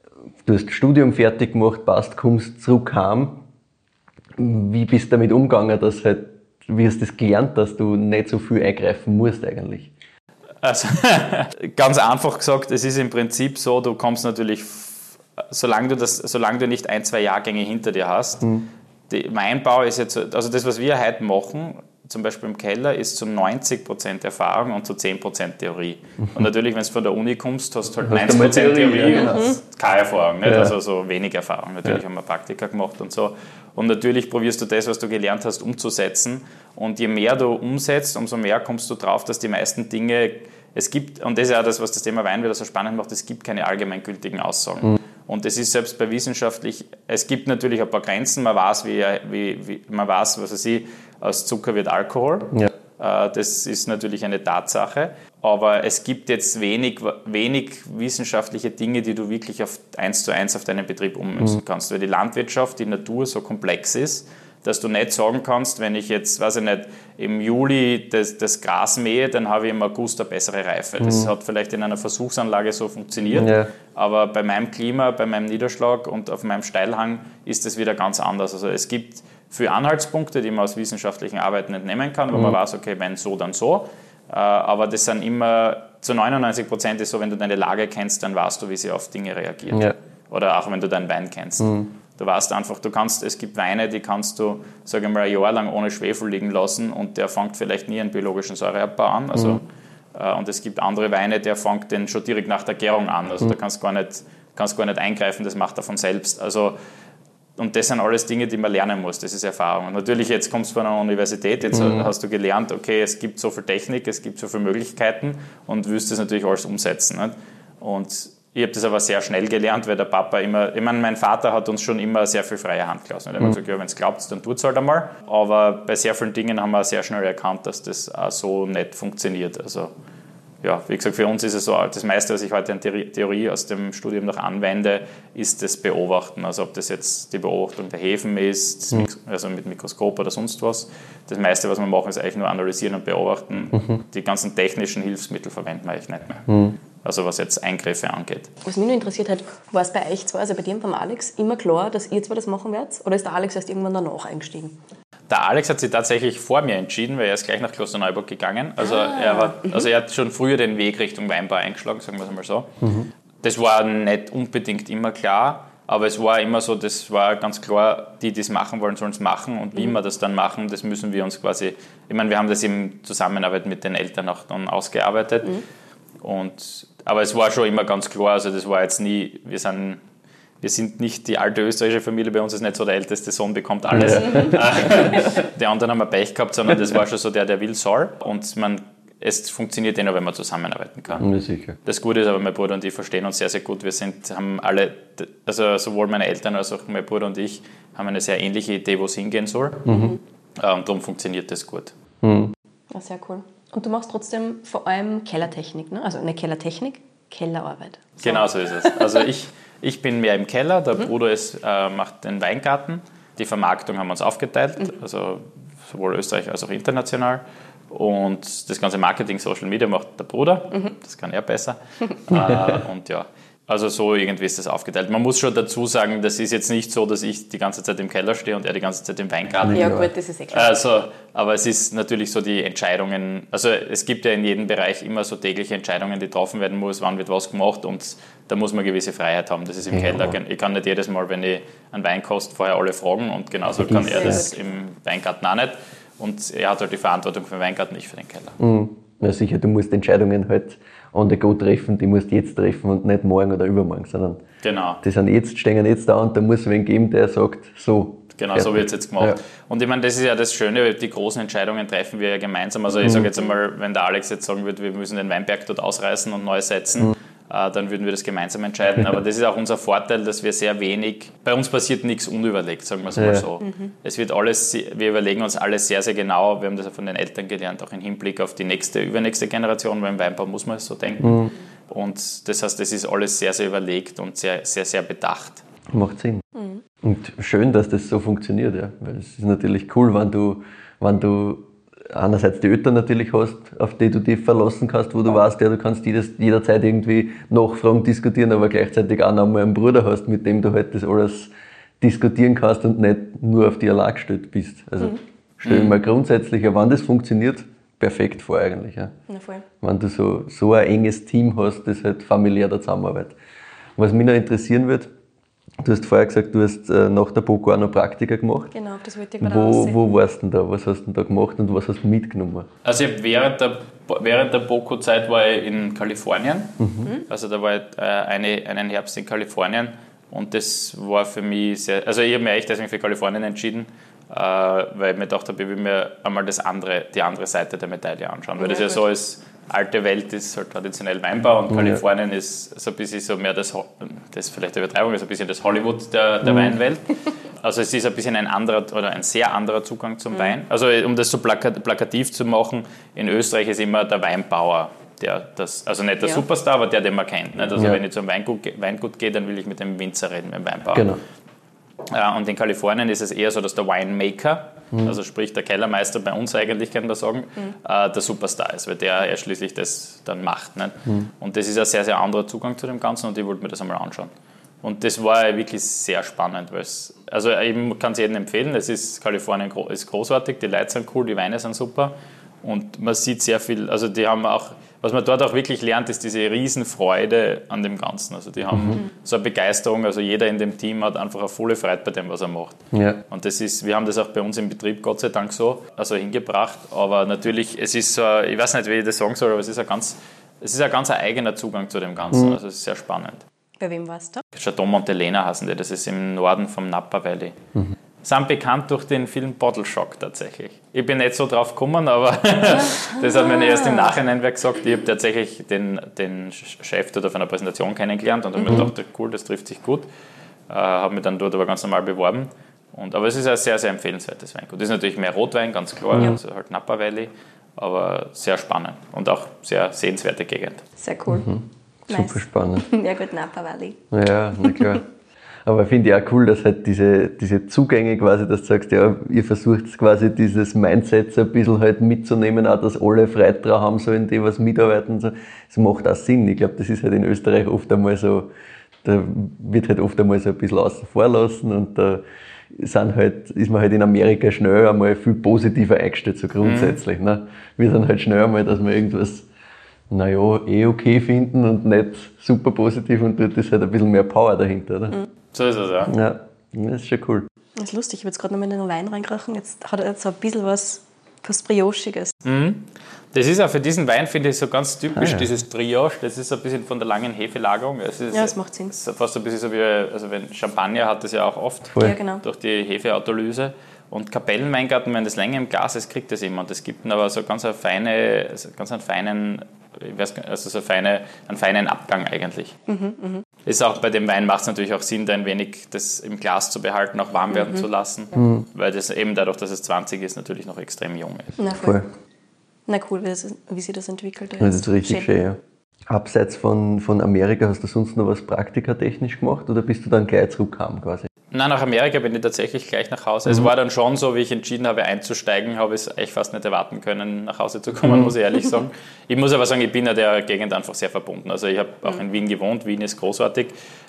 du hast das Studium fertig gemacht, passt, kommst zurück heim. Wie bist du damit umgegangen, dass halt, wie hast du das gelernt, dass du nicht so viel eingreifen musst eigentlich? Also, ganz einfach gesagt, es ist im Prinzip so, du kommst natürlich, solange du, das, solange du nicht ein, zwei Jahrgänge hinter dir hast, mhm. die Weinbau ist jetzt, also das, was wir heute machen, zum Beispiel im Keller ist zu neunzig Prozent Erfahrung und zu zehn Prozent Theorie. Und natürlich, wenn du von der Uni kommst, hast du halt neunzig Prozent Theorie, Theorie ja, und hast keine Erfahrung, nicht? Ja. Also so wenig Erfahrung. Natürlich ja. haben wir Praktika gemacht und so. Und natürlich probierst du das, was du gelernt hast, umzusetzen. Und je mehr du umsetzt, umso mehr kommst du drauf, dass die meisten Dinge, es gibt, und das ist ja das, was das Thema Wein wieder so spannend macht, es gibt keine allgemeingültigen Aussagen. Mhm. Und es ist selbst bei wissenschaftlich, es gibt natürlich ein paar Grenzen, man weiß, wie, wie, wie man weiß, was weiß ich, aus Zucker wird Alkohol. Ja. Das ist natürlich eine Tatsache. Aber es gibt jetzt wenig, wenig wissenschaftliche Dinge, die du wirklich auf eins zu eins auf deinen Betrieb ummünzen mhm. kannst. Weil die Landwirtschaft, die Natur so komplex ist, dass du nicht sagen kannst, wenn ich jetzt, weiß ich nicht, im Juli das, das Gras mähe, dann habe ich im August eine bessere Reife. Das mhm. hat vielleicht in einer Versuchsanlage so funktioniert, ja. aber bei meinem Klima, bei meinem Niederschlag und auf meinem Steilhang ist das wieder ganz anders. Also es gibt viele Anhaltspunkte, die man aus wissenschaftlichen Arbeiten entnehmen kann, wo mhm. man weiß, okay, wenn so, dann so. Aber das sind immer, zu neunundneunzig Prozent ist so, wenn du deine Lage kennst, dann weißt du, wie sie auf Dinge reagiert. Ja. Oder auch wenn du deinen Wein kennst. Mhm. Du weißt einfach, du kannst, es gibt Weine, die kannst du, sage ich mal, ein Jahr lang ohne Schwefel liegen lassen und der fängt vielleicht nie einen biologischen Säureabbau an. Also, mhm. äh, und es gibt andere Weine, der fängt den schon direkt nach der Gärung an. Also mhm. da kannst du gar nicht, kannst gar nicht eingreifen, das macht er von selbst. Also, und das sind alles Dinge, die man lernen muss, das ist Erfahrung. Und natürlich, jetzt kommst du von einer Universität, jetzt mhm. hast du gelernt, okay, es gibt so viel Technik, es gibt so viele Möglichkeiten und willst das natürlich alles umsetzen. Nicht? Und ich habe das aber sehr schnell gelernt, weil der Papa immer, ich meine, mein Vater hat uns schon immer sehr viel freie Hand gelassen. Er hat mhm. gesagt, ja, wenn es glaubt, dann tut es halt einmal. Aber bei sehr vielen Dingen haben wir sehr schnell erkannt, dass das auch so nicht funktioniert. Also, ja, wie gesagt, für uns ist es so, das meiste, was ich heute an Theorie aus dem Studium noch anwende, ist das Beobachten. Also ob das jetzt die Beobachtung der Hefen ist, mhm. also mit Mikroskop oder sonst was. Das meiste, was wir machen, ist eigentlich nur analysieren und beobachten. Mhm. Die ganzen technischen Hilfsmittel verwenden wir eigentlich nicht mehr. Mhm. Also was jetzt Eingriffe angeht. Was mich nur interessiert hat, war es bei euch zwei, also bei dir und beim Alex, immer klar, dass ihr zwei das machen werdet? Oder ist der Alex erst irgendwann danach eingestiegen? Der Alex hat sich tatsächlich vor mir entschieden, weil er ist gleich nach Klosterneuburg gegangen. Also, ah, er, war, also er hat schon früher den Weg Richtung Weinbau eingeschlagen, sagen wir es mal so. Mhm. Das war nicht unbedingt immer klar, aber es war immer so, das war ganz klar, die, die es machen wollen, sollen es machen und wie mhm. wir das dann machen, das müssen wir uns quasi, ich meine, wir haben das in Zusammenarbeit mit den Eltern auch dann ausgearbeitet. Mhm. Und, aber es war schon immer ganz klar, also das war jetzt nie, wir sind... Wir sind nicht die alte österreichische Familie, bei uns ist nicht so, der älteste Sohn bekommt alles. Ja. Die anderen haben wir Pech gehabt, sondern das war schon so, der, der will, soll. Und man, es funktioniert eh nur, wenn man zusammenarbeiten kann. Ja, sicher. Das Gute ist aber, mein Bruder und ich verstehen uns sehr, sehr gut. Wir sind, haben alle, also sowohl meine Eltern als auch mein Bruder und ich, haben eine sehr ähnliche Idee, wo es hingehen soll. Mhm. Und darum funktioniert das gut. Mhm. Ja, sehr cool. Und du machst trotzdem vor allem Kellertechnik, ne? Also eine Kellertechnik, Kellerarbeit. So. Genau so ist es. Also ich... Ich bin mehr im Keller, der mhm. Bruder ist, äh, macht den Weingarten. Die Vermarktung haben wir uns aufgeteilt, mhm. also sowohl Österreich als auch international. Und das ganze Marketing, Social Media macht der Bruder, mhm. das kann er besser. äh, und ja, also so irgendwie ist das aufgeteilt. Man muss schon dazu sagen, das ist jetzt nicht so, dass ich die ganze Zeit im Keller stehe und er die ganze Zeit im Weingarten. Ja gut, das ist eh klar. Also, aber es ist natürlich so die Entscheidungen, also es gibt ja in jedem Bereich immer so tägliche Entscheidungen, die getroffen werden muss, wann wird was gemacht und da muss man gewisse Freiheit haben. Das ist im ja. Keller. Ich kann nicht jedes Mal, wenn ich einen Wein koste, vorher alle fragen und genauso kann er das im Weingarten auch nicht. Und er hat halt die Verantwortung für den Weingarten, nicht für den Keller. Mhm. Ja sicher, du musst Entscheidungen halt on the go treffen, die musst du jetzt treffen und nicht morgen oder übermorgen, sondern genau. die sind jetzt, stehen jetzt da und da muss es wen geben, der sagt, so. Genau, fertig. So wird es jetzt gemacht. Ja. Und ich meine, das ist ja das Schöne, die großen Entscheidungen treffen wir ja gemeinsam. Also ich mhm. sage jetzt einmal, wenn der Alex jetzt sagen würde, wir müssen den Weinberg dort ausreißen und neu setzen, mhm. äh, dann würden wir das gemeinsam entscheiden. Aber das ist auch unser Vorteil, dass wir sehr wenig, bei uns passiert nichts unüberlegt, sagen wir es ja. mal so. Mhm. Es wird alles, wir überlegen uns alles sehr, sehr genau. Wir haben das ja von den Eltern gelernt, auch im Hinblick auf die nächste, übernächste Generation, weil im Weinbau muss man es so denken. Mhm. Und das heißt, das ist alles sehr, sehr überlegt und sehr, sehr, sehr bedacht. Macht Sinn. Mhm. Und schön, dass das so funktioniert, ja. Weil es ist natürlich cool, wenn du, wenn du einerseits die Eltern natürlich hast, auf die du dich verlassen kannst, wo du weißt, ja, du kannst jedes, jederzeit irgendwie nachfragen, diskutieren, aber gleichzeitig auch noch mal einen Bruder hast, mit dem du halt das alles diskutieren kannst und nicht nur auf die allein gestellt bist. Also mhm. stell dir mal grundsätzlich, ja, wenn das funktioniert, perfekt vor eigentlich. Ja. Na voll. Wenn du so, so ein enges Team hast, das halt familiär da zusammenarbeitet. Was mich noch interessieren wird, Du hast vorher gesagt, du hast äh, nach der BOKU auch noch Praktika gemacht. Genau, das wollte ich gerade Wo, aussehen. wo warst du denn da? Was hast du denn da gemacht und was hast du mitgenommen? Also ich hab während der, während der BOKU-Zeit war ich in Kalifornien. Mhm. Also da war ich äh, eine, einen Herbst in Kalifornien und das war für mich sehr, also ich habe mich echt deswegen für Kalifornien entschieden, äh, weil ich mir gedacht habe, ich will mir einmal das andere, die andere Seite der Medaille anschauen, weil ja, das ja gut. so ist. Alte Welt ist halt traditionell Weinbau und Kalifornien ja. ist so ein bisschen so mehr das, das ist vielleicht eine Übertreibung, ist ein bisschen das Hollywood der, der mhm. Weinwelt. Also es ist ein bisschen ein anderer oder ein sehr anderer Zugang zum mhm. Wein. Also um das so plakativ zu machen, in Österreich ist immer der Weinbauer, der das, also nicht der ja. Superstar, aber der, den man kennt. Nicht? Also ja. wenn ich zum Weingut, Weingut gehe, dann will ich mit dem Winzer reden, mit dem Weinbauer. Genau. Und in Kalifornien ist es eher so, dass der Winemaker, mhm. also sprich der Kellermeister bei uns eigentlich, kann man sagen, mhm. äh, der Superstar ist, weil der ja schließlich das dann macht. Nicht? Mhm. Und das ist ein sehr, sehr anderer Zugang zu dem Ganzen und ich wollte mir das einmal anschauen. Und das war wirklich sehr spannend, weil es, also ich kann es jedem empfehlen, es ist, Kalifornien ist großartig, die Leute sind cool, die Weine sind super und man sieht sehr viel, also die haben auch, was man dort auch wirklich lernt, ist diese Riesenfreude an dem Ganzen. Also die haben mhm. so eine Begeisterung, also jeder in dem Team hat einfach eine volle Freude bei dem, was er macht. Ja. Und das ist, wir haben das auch bei uns im Betrieb Gott sei Dank so also hingebracht, aber natürlich, es ist so, ich weiß nicht, wie ich das sagen soll, aber es ist ein ganz, es ist ein ganz eigener Zugang zu dem Ganzen, mhm. also es ist sehr spannend. Bei wem warst du? Chateau Montelena heißen die, das ist im Norden vom Napa Valley. Mhm. Sind bekannt durch den Film Bottle Shock tatsächlich. Ich bin nicht so drauf gekommen, aber das hat mir erst im Nachhinein wer gesagt. Ich habe tatsächlich den, den Chef dort auf einer Präsentation kennengelernt und habe mhm. mir gedacht, cool, das trifft sich gut. Äh, habe mich dann dort aber ganz normal beworben. Und, aber es ist ein sehr, sehr empfehlenswertes Weingut. Das ist natürlich mehr Rotwein, ganz klar, mhm. also halt Napa Valley, aber sehr spannend und auch sehr sehenswerte Gegend. Sehr cool. Mhm. Nice. Super spannend. Ja gut, Napa Valley. Ja, na klar. Aber ich finde ja auch cool, dass halt diese, diese Zugänge quasi, dass du sagst, ja, ihr versucht quasi dieses Mindset so ein bisschen halt mitzunehmen, auch dass alle Freude daran haben sollen, die was mitarbeiten. So. Das macht auch Sinn. Ich glaube, das ist halt in Österreich oft einmal so, da wird halt oft einmal so ein bisschen außen vor lassen und da sind halt, ist man halt in Amerika schnell einmal viel positiver eingestellt, so grundsätzlich. Mhm. Ne? Wir sind halt schnell einmal, dass wir irgendwas naja, eh okay finden und nicht super positiv und dort ist halt ein bisschen mehr Power dahinter, oder? Mhm. So ist es, ja. Ja, das ist schon cool. Das ist lustig, ich habe jetzt gerade noch mal in den Wein reingerochen, jetzt hat er jetzt so ein bisschen was, was Briochiges. Mhm. Das ist auch für diesen Wein, finde ich, so ganz typisch, ah, ja. dieses Brioche, das ist ein bisschen von der langen Hefelagerung. Es ist, ja, das macht Sinn. Es ist fast ein bisschen so wie, also wenn Champagner hat das ja auch oft, Voll. Ja, genau. durch die Hefeautolyse. Und Kapellenweingarten, wenn das länger im Glas ist, kriegt das immer. Und es gibt aber so ganz eine feine, ganz einen feinen, ich weiß gar nicht, also so feine, einen feinen Abgang eigentlich. Mhm, mh. Ist auch bei dem Wein macht es natürlich auch Sinn, da ein wenig das im Glas zu behalten, auch warm werden mhm. zu lassen, mhm. weil das eben dadurch, dass es zwanzig ist, natürlich noch extrem jung ist. Na, voll. Na cool, wie, das, wie sich das entwickelt. Das ist richtig schön, ja. Abseits von, von Amerika, hast du sonst noch was praktikatechnisch gemacht oder bist du dann gleich zurückgekommen quasi? Nein, nach Amerika bin ich tatsächlich gleich nach Hause. Mhm. Es war dann schon so, wie ich entschieden habe einzusteigen, habe ich es echt fast nicht erwarten können, nach Hause zu kommen, mhm. muss ich ehrlich sagen. Ich muss aber sagen, ich bin ja der Gegend einfach sehr verbunden. Also ich habe auch mhm. in Wien gewohnt, Wien ist großartig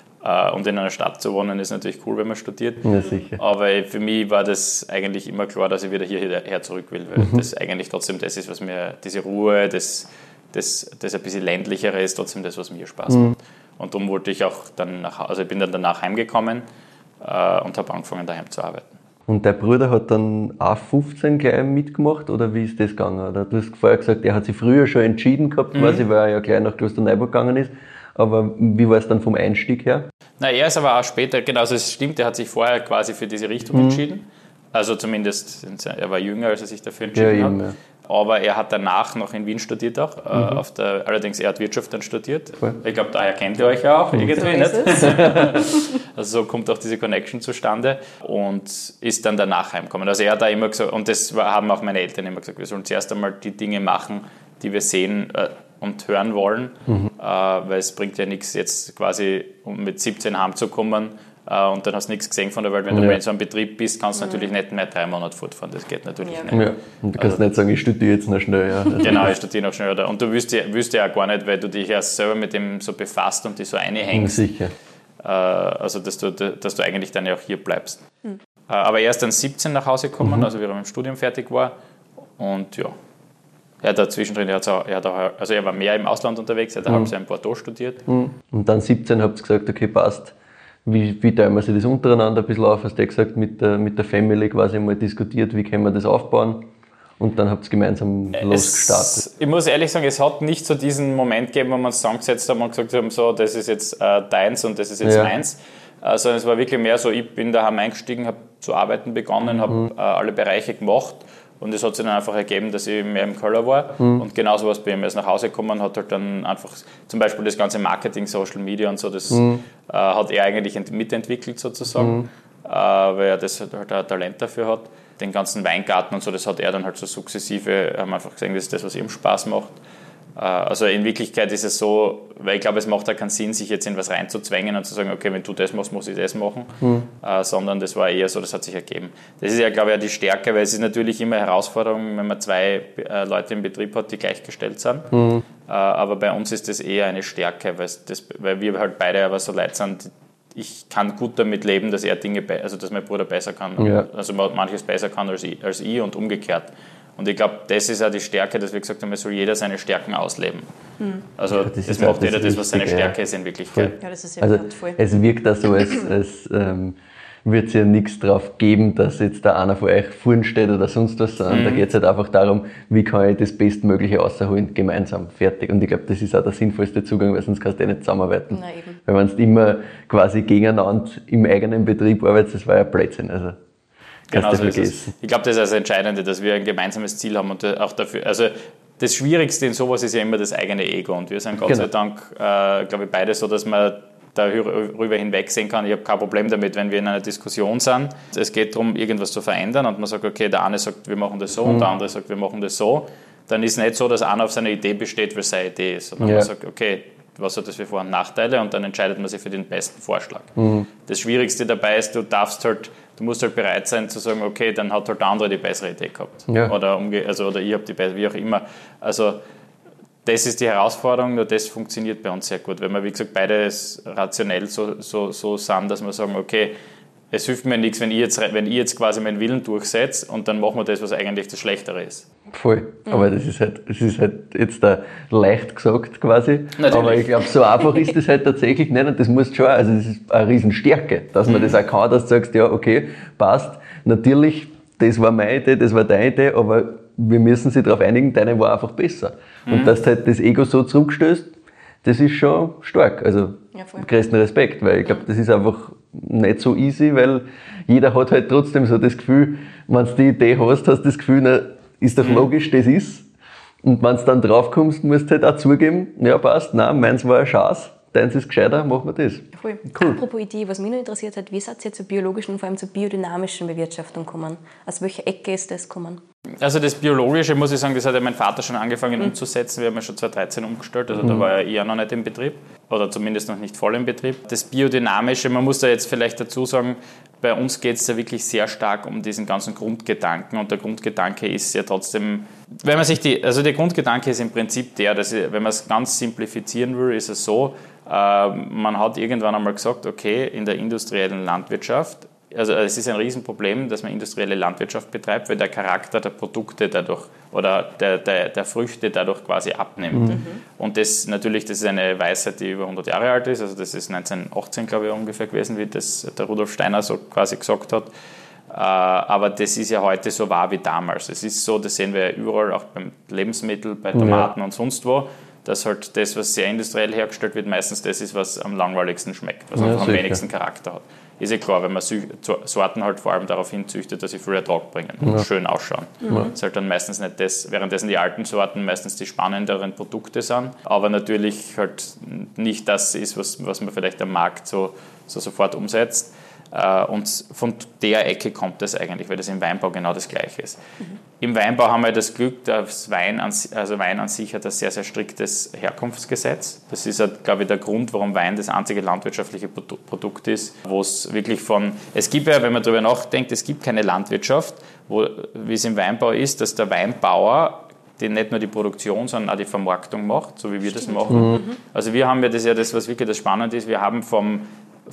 und in einer Stadt zu wohnen ist natürlich cool, wenn man studiert. Ja, sicher. Aber für mich war das eigentlich immer klar, dass ich wieder hierher zurück will, weil mhm. das eigentlich trotzdem das ist, was mir, diese Ruhe, das, das, das ein bisschen ländlichere ist trotzdem das, was mir Spaß macht. Mhm. Und darum wollte ich auch dann nach, also ich bin dann danach heimgekommen und habe angefangen, daheim zu arbeiten. Und dein Bruder hat dann auch fünfzehn gleich mitgemacht, oder wie ist das gegangen? Oder du hast vorher gesagt, er hat sich früher schon entschieden gehabt, mhm. quasi, weil er ja gleich nach Klosterneuburg gegangen ist. Aber wie war es dann vom Einstieg her? Na, er ist aber auch später, genau, also es stimmt, er hat sich vorher quasi für diese Richtung mhm. entschieden. Also zumindest, er war jünger, als er sich dafür entschieden ja, hat. Eben, ja. Aber er hat danach noch in Wien studiert auch. Mhm. Auf der, allerdings, er hat Wirtschaft dann studiert. Cool. Ich glaube, daher kennt ihr euch ja auch irgendwie, nicht? Also so kommt auch diese Connection zustande und ist dann danach heimgekommen. Also er hat da immer gesagt, und das haben auch meine Eltern immer gesagt, wir sollen zuerst einmal die Dinge machen, die wir sehen äh, und hören wollen, mhm. äh, weil es bringt ja nichts, jetzt quasi um mit siebzehn heimzukommen und dann hast du nichts gesehen von der Welt. Wenn du ja. mal in so einem Betrieb bist, kannst du mhm. natürlich nicht mehr drei Monate fortfahren. Das geht natürlich ja. nicht. Ja. Und du kannst also, nicht sagen, ich studiere jetzt noch schnell. Ja. Genau, ich studiere noch schnell. Und du willst ja, willst ja auch gar nicht, weil du dich ja selber mit dem so befasst und dich so einhängst. Sicher. Also, dass du, dass du eigentlich dann ja auch hier bleibst. Mhm. Aber er ist dann siebzehn nach Hause gekommen, mhm. also wie er mit dem Studium fertig war. Und ja, er hat da zwischendrin, er, hat auch, er, hat auch, also er war mehr im Ausland unterwegs, er hat ein mhm. halbes Jahr in Bordeaux studiert. Mhm. Und dann siebzehn habt ihr gesagt, okay, passt. Wie, wie teilen wir sich das untereinander ein bisschen auf? Hast du ja gesagt, mit der, mit der Family quasi mal diskutiert, wie können wir das aufbauen? Und dann habt ihr gemeinsam losgestartet. Ich muss ehrlich sagen, es hat nicht so diesen Moment gegeben, wo wir uns zusammengesetzt haben und gesagt haben, so, das ist jetzt äh, deins und das ist jetzt ja. meins. Äh, sondern es war wirklich mehr so, ich bin daheim eingestiegen, habe zu arbeiten begonnen, mhm. habe äh, alle Bereiche gemacht. Und es hat sich dann einfach ergeben, dass ich mehr im Keller war. Mhm. Und genauso was bei ihm. Er ist nach Hause gekommen, hat halt dann einfach zum Beispiel das ganze Marketing, Social Media und so, das mhm. äh, hat er eigentlich ent- mitentwickelt sozusagen, mhm. äh, weil er das halt ein Talent dafür hat. Den ganzen Weingarten und so, das hat er dann halt so sukzessive, haben einfach gesehen, das ist das, was ihm Spaß macht. Äh, also in Wirklichkeit ist es so, weil ich glaube, es macht auch keinen Sinn, sich jetzt in was reinzuzwängen und zu sagen, okay, wenn du das machst, muss ich das machen, mhm. äh, sondern das war eher so, das hat sich ergeben. Das ist ja, glaube ich, auch die Stärke, weil es ist natürlich immer eine Herausforderung, wenn man zwei äh, Leute im Betrieb hat, die gleichgestellt sind. Mhm. Äh, aber bei uns ist das eher eine Stärke, weil, das, weil wir halt beide aber so Leute sind, ich kann gut damit leben, dass er Dinge, be- also dass mein Bruder besser kann, ja. also manches besser kann als ich, als ich und umgekehrt. Und ich glaube, das ist auch die Stärke, dass wir gesagt haben, es soll jeder seine Stärken ausleben. Mhm. Also ja, das, das macht jeder das, was seine Stärke ja. ist in Wirklichkeit. Ja, das ist sehr also wertvoll. Es wirkt auch so, als, als ähm, wird es ja nichts drauf geben, dass jetzt da einer von euch vorn steht oder sonst was, sondern mhm. da geht es halt einfach darum, wie kann ich das Bestmögliche rausholen, gemeinsam, fertig. Und ich glaube, das ist auch der sinnvollste Zugang, weil sonst kannst du eh nicht zusammenarbeiten. Na, eben. Weil wenn du immer quasi gegeneinander im eigenen Betrieb arbeitest, das war ja Blödsinn. Also, genau so ist es. Ich glaube, das ist das Entscheidende, dass wir ein gemeinsames Ziel haben und auch dafür, also das Schwierigste in sowas ist ja immer das eigene Ego und wir sind Gott genau. sei Dank, äh, glaube ich, beide so, dass man darüber hinwegsehen kann. Ich habe kein Problem damit, wenn wir in einer Diskussion sind. Es geht darum, irgendwas zu verändern und man sagt, okay, der eine sagt, wir machen das so mhm. und der andere sagt, wir machen das so. Dann ist es nicht so, dass einer auf seiner Idee besteht, weil es seine Idee ist, sondern ja. man sagt, okay, was hat das für Vor- und Nachteile und dann entscheidet man sich für den besten Vorschlag. Mhm. Das Schwierigste dabei ist, du darfst halt, du musst halt bereit sein zu sagen, okay, dann hat halt der andere die bessere Idee gehabt. Ja. Oder, umge- also, oder ich habe die bessere, wie auch immer. Also das ist die Herausforderung, nur das funktioniert bei uns sehr gut, weil wir, wie gesagt, beides rationell so, so, so sind, dass wir sagen, okay, es hilft mir nichts, wenn ich jetzt, wenn ich jetzt quasi meinen Willen durchsetze und dann machen wir das, was eigentlich das Schlechtere ist. Voll, mhm. aber das ist halt, das ist halt jetzt da leicht gesagt quasi, natürlich. Aber ich glaube, so einfach ist das halt tatsächlich nicht und das muss schon, also das ist eine Riesenstärke, dass man mhm. das auch kann, dass du sagst, ja, okay, passt, natürlich, das war meine Idee, das war deine Idee, aber wir müssen sich darauf einigen, deine war einfach besser. Mhm. Und dass du halt das Ego so zurückstößt, das ist schon stark. Also ja, größten Respekt, weil ich glaube, das ist einfach nicht so easy, weil jeder hat halt trotzdem so das Gefühl, wenn du die Idee hast, hast du das Gefühl, na, ist doch logisch, das ist. Und wenn du dann draufkommst, musst du halt auch zugeben, ja passt, nein, meins war eine Chance. Deins ist gescheiter, machen wir das. Cool. Cool. Apropos Idee, was mich noch interessiert hat, wie seid ihr zur biologischen und vor allem zur biodynamischen Bewirtschaftung gekommen? Aus welcher Ecke ist das gekommen? Also das Biologische, muss ich sagen, das hat ja mein Vater schon angefangen mhm. umzusetzen. Wir haben ja schon zweitausenddreizehn umgestellt, also mhm. da war er eher noch nicht im Betrieb oder zumindest noch nicht voll im Betrieb. Das Biodynamische, man muss da jetzt vielleicht dazu sagen, bei uns geht es ja wirklich sehr stark um diesen ganzen Grundgedanken und der Grundgedanke ist ja trotzdem, wenn man sich die, also der Grundgedanke ist im Prinzip der, dass ich, wenn man es ganz simplifizieren will, ist es so, äh, man hat irgendwann einmal gesagt, okay, in der industriellen Landwirtschaft, also es ist ein Riesenproblem, dass man industrielle Landwirtschaft betreibt, weil der Charakter der Produkte dadurch oder der, der, der Früchte dadurch quasi abnimmt. Mhm. Und das natürlich, das ist eine Weisheit, die über hundert Jahre alt ist, also das ist neunzehnhundertachtzehn, glaube ich, ungefähr gewesen, wie das der Rudolf Steiner so quasi gesagt hat. Aber das ist ja heute so wahr wie damals. Es ist so, das sehen wir ja überall, auch beim Lebensmittel, bei Tomaten ja. und sonst wo, dass halt das, was sehr industriell hergestellt wird, meistens das ist, was am langweiligsten schmeckt, was ja, einfach am wenigsten Charakter hat. Ist ja klar, wenn man Sorten halt vor allem darauf hinzüchtet, dass sie viel Ertrag bringen und ja. schön ausschauen. Ja. Das ist halt dann meistens nicht das, währenddessen die alten Sorten meistens die spannenderen Produkte sind, aber natürlich halt nicht das ist, was, was man vielleicht am Markt so, so sofort umsetzt. Und von der Ecke kommt das eigentlich, weil das im Weinbau genau das Gleiche ist. Mhm. Im Weinbau haben wir das Glück, dass Wein an, also Wein an sich hat ein sehr, sehr striktes Herkunftsgesetz. Das ist, halt, glaube ich, der Grund, warum Wein das einzige landwirtschaftliche Produkt ist, wo es wirklich von, es gibt ja, wenn man darüber nachdenkt, es gibt keine Landwirtschaft, wo, wie es im Weinbau ist, dass der Weinbauer die nicht nur die Produktion, sondern auch die Vermarktung macht, so wie wir Stimmt. das machen. Mhm. Also wir haben ja das ja das, was wirklich das Spannende ist, wir haben vom,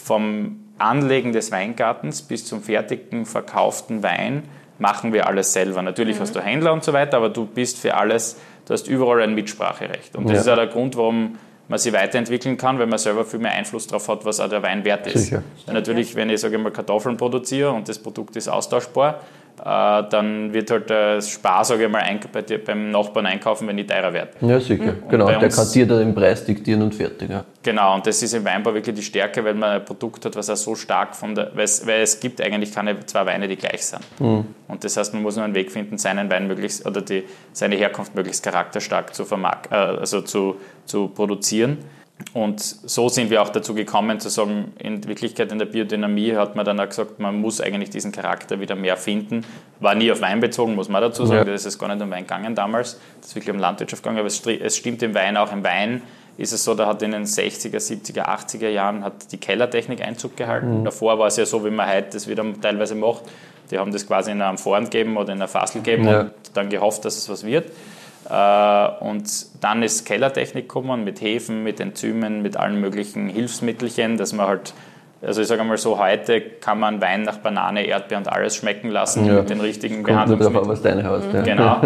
vom Anlegen des Weingartens bis zum fertigen, verkauften Wein machen wir alles selber. Natürlich mhm. hast du Händler und so weiter, aber du bist für alles, du hast überall ein Mitspracherecht. Und das ja. ist auch der Grund, warum, man sich weiterentwickeln kann, weil man selber viel mehr Einfluss darauf hat, was auch der Wein wert ist. Sicher. Weil natürlich, wenn ich sage mal Kartoffeln produziere und das Produkt ist austauschbar, äh, dann wird halt der Spar, sage ich mal, ein, bei dir, beim Nachbarn einkaufen, wenn die teurer wird. Ja, sicher. Und genau, bei der uns- kann dir dann den Preis diktieren und fertig. Ja. Genau, und das ist im Weinbau wirklich die Stärke, weil man ein Produkt hat, was auch so stark von der, weil es, weil es gibt eigentlich keine zwei Weine, die gleich sind. Mhm. Und das heißt, man muss nur einen Weg finden, seinen Wein möglichst oder die, seine Herkunft möglichst charakterstark zu vermark- äh, also zu, zu produzieren. Und so sind wir auch dazu gekommen zu sagen, in Wirklichkeit in der Biodynamie hat man dann auch gesagt, man muss eigentlich diesen Charakter wieder mehr finden. War nie auf Wein bezogen, muss man dazu sagen, Ja. das ist gar nicht um Wein gegangen damals, das ist wirklich um Landwirtschaft gegangen, aber es, stri- es stimmt im Wein auch. Im Wein ist es so, da hat in den sechziger, siebziger, achtziger Jahren hat die Kellertechnik Einzug gehalten. Mhm. Davor war es ja so, wie man heute das wieder teilweise macht. Die haben das quasi in einem Forn gegeben oder in einer Fassel gegeben Ja. und dann gehofft, dass es was wird. Äh, Und dann ist Kellertechnik gekommen mit Hefen, mit Enzymen, mit allen möglichen Hilfsmittelchen, dass man halt, also ich sage mal so, heute kann man Wein nach Banane, Erdbeer und alles schmecken lassen Ja. mit den richtigen Kommt nur darauf an, Behandlungsmitteln. was deine hast. Ja. Genau.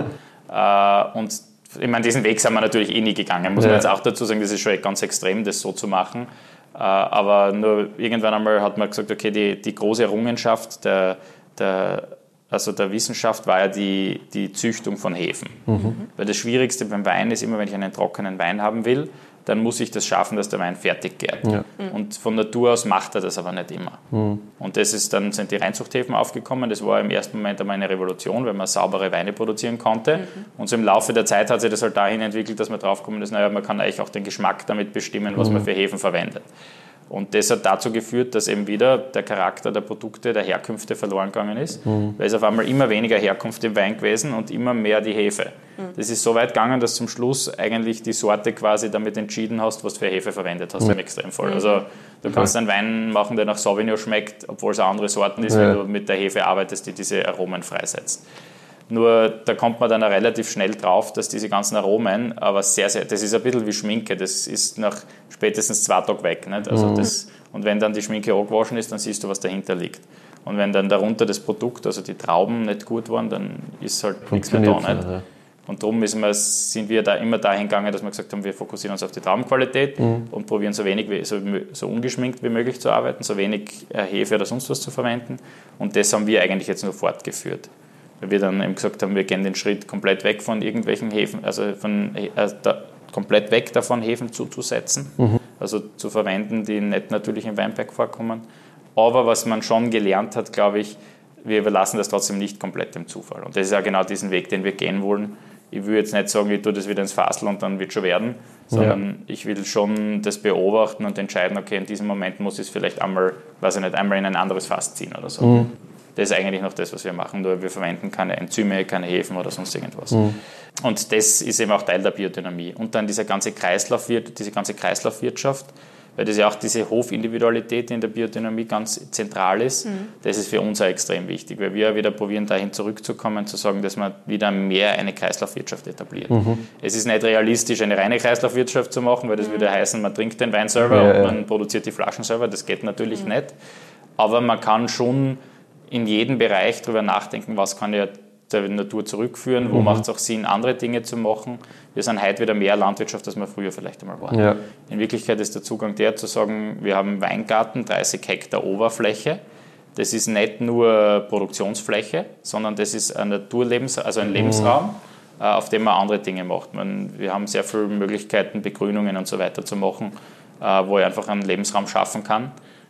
Äh, Und ich meine, diesen Weg sind wir natürlich eh nie gegangen, muss Ja. man jetzt auch dazu sagen, das ist schon ganz extrem, das so zu machen. Äh, Aber nur irgendwann einmal hat man gesagt, okay, die, die große Errungenschaft der, der also der Wissenschaft war ja die, die Züchtung von Hefen. Mhm. Weil das Schwierigste beim Wein ist immer, wenn ich einen trockenen Wein haben will, dann muss ich das schaffen, dass der Wein fertig gärt. Ja. Und von Natur aus macht er das aber nicht immer. Mhm. Und das ist, dann sind die Reinzuchthäfen aufgekommen. Das war im ersten Moment einmal eine Revolution, weil man saubere Weine produzieren konnte. Mhm. Und so im Laufe der Zeit hat sich das halt dahin entwickelt, dass man draufgekommen ist, naja, man kann eigentlich auch den Geschmack damit bestimmen, was mhm. man für Hefen verwendet. Und das hat dazu geführt, dass eben wieder der Charakter der Produkte, der Herkünfte verloren gegangen ist, mhm. weil es auf einmal immer weniger Herkunft im Wein gewesen und immer mehr die Hefe. Mhm. Das ist so weit gegangen, dass zum Schluss eigentlich die Sorte quasi damit entschieden hast, was für Hefe verwendet hast, ja. im Extremfall. Mhm. Also du kannst einen Wein machen, der nach Sauvignon schmeckt, obwohl es eine andere Sorten ist, ja. wenn du mit der Hefe arbeitest, die diese Aromen freisetzt. Nur da kommt man dann auch relativ schnell drauf, dass diese ganzen Aromen, aber sehr, sehr, das ist ein bisschen wie Schminke, das ist nach spätestens zwei Tagen weg. Nicht? Also mhm. das, und wenn dann die Schminke angewaschen ist, dann siehst du, was dahinter liegt. Und wenn dann darunter das Produkt, also die Trauben, nicht gut waren, dann ist halt nichts mehr da. Nicht? Ja. Und darum ist wir, sind wir da immer dahin gegangen, dass wir gesagt haben, wir fokussieren uns auf die Traubenqualität mhm. und probieren so wenig, so, so ungeschminkt wie möglich zu arbeiten, so wenig Hefe oder sonst was zu verwenden. Und das haben wir eigentlich jetzt nur fortgeführt. Weil wir dann eben gesagt haben, wir gehen den Schritt komplett weg von irgendwelchen Hefen, also von, äh, da, komplett weg davon, Hefen zuzusetzen, mhm. also zu verwenden, die nicht natürlich im Weinberg vorkommen. Aber was man schon gelernt hat, glaube ich, wir überlassen das trotzdem nicht komplett dem Zufall. Und das ist ja genau diesen Weg, den wir gehen wollen. Ich will jetzt nicht sagen, ich tue das wieder ins Fassel und dann wird schon werden, sondern ja. ich will schon das beobachten und entscheiden, okay, in diesem Moment muss ich es vielleicht einmal, weiß ich nicht, einmal in ein anderes Fass ziehen oder so. Mhm. Das ist eigentlich noch das, was wir machen, nur wir verwenden keine Enzyme, keine Hefen oder sonst irgendwas. Mhm. Und das ist eben auch Teil der Biodynamie. Und dann diese ganze, Kreislaufwir- diese ganze Kreislaufwirtschaft, weil das ja auch diese Hofindividualität in der Biodynamie ganz zentral ist, mhm. das ist für uns auch extrem wichtig, weil wir wieder probieren, dahin zurückzukommen, zu sagen, dass man wieder mehr eine Kreislaufwirtschaft etabliert. Mhm. Es ist nicht realistisch, eine reine Kreislaufwirtschaft zu machen, weil das mhm. würde heißen, man trinkt den Wein selber ja, und man ja. produziert die Flaschen selber, das geht natürlich mhm. nicht. Aber man kann schon in jedem Bereich darüber nachdenken, was kann ich der Natur zurückführen, wo mhm. macht es auch Sinn, andere Dinge zu machen. Wir sind heute wieder mehr Landwirtschaft, als wir früher vielleicht einmal waren. Ja. In Wirklichkeit ist der Zugang der, zu sagen, wir haben einen Weingarten, dreißig Hektar Oberfläche. Das ist nicht nur Produktionsfläche, sondern das ist ein Naturlebens, also ein Lebensraum, mhm. auf dem man andere Dinge macht. Man, wir haben sehr viele Möglichkeiten, Begrünungen und so weiter zu machen, wo ich einfach einen Lebensraum schaffen kann,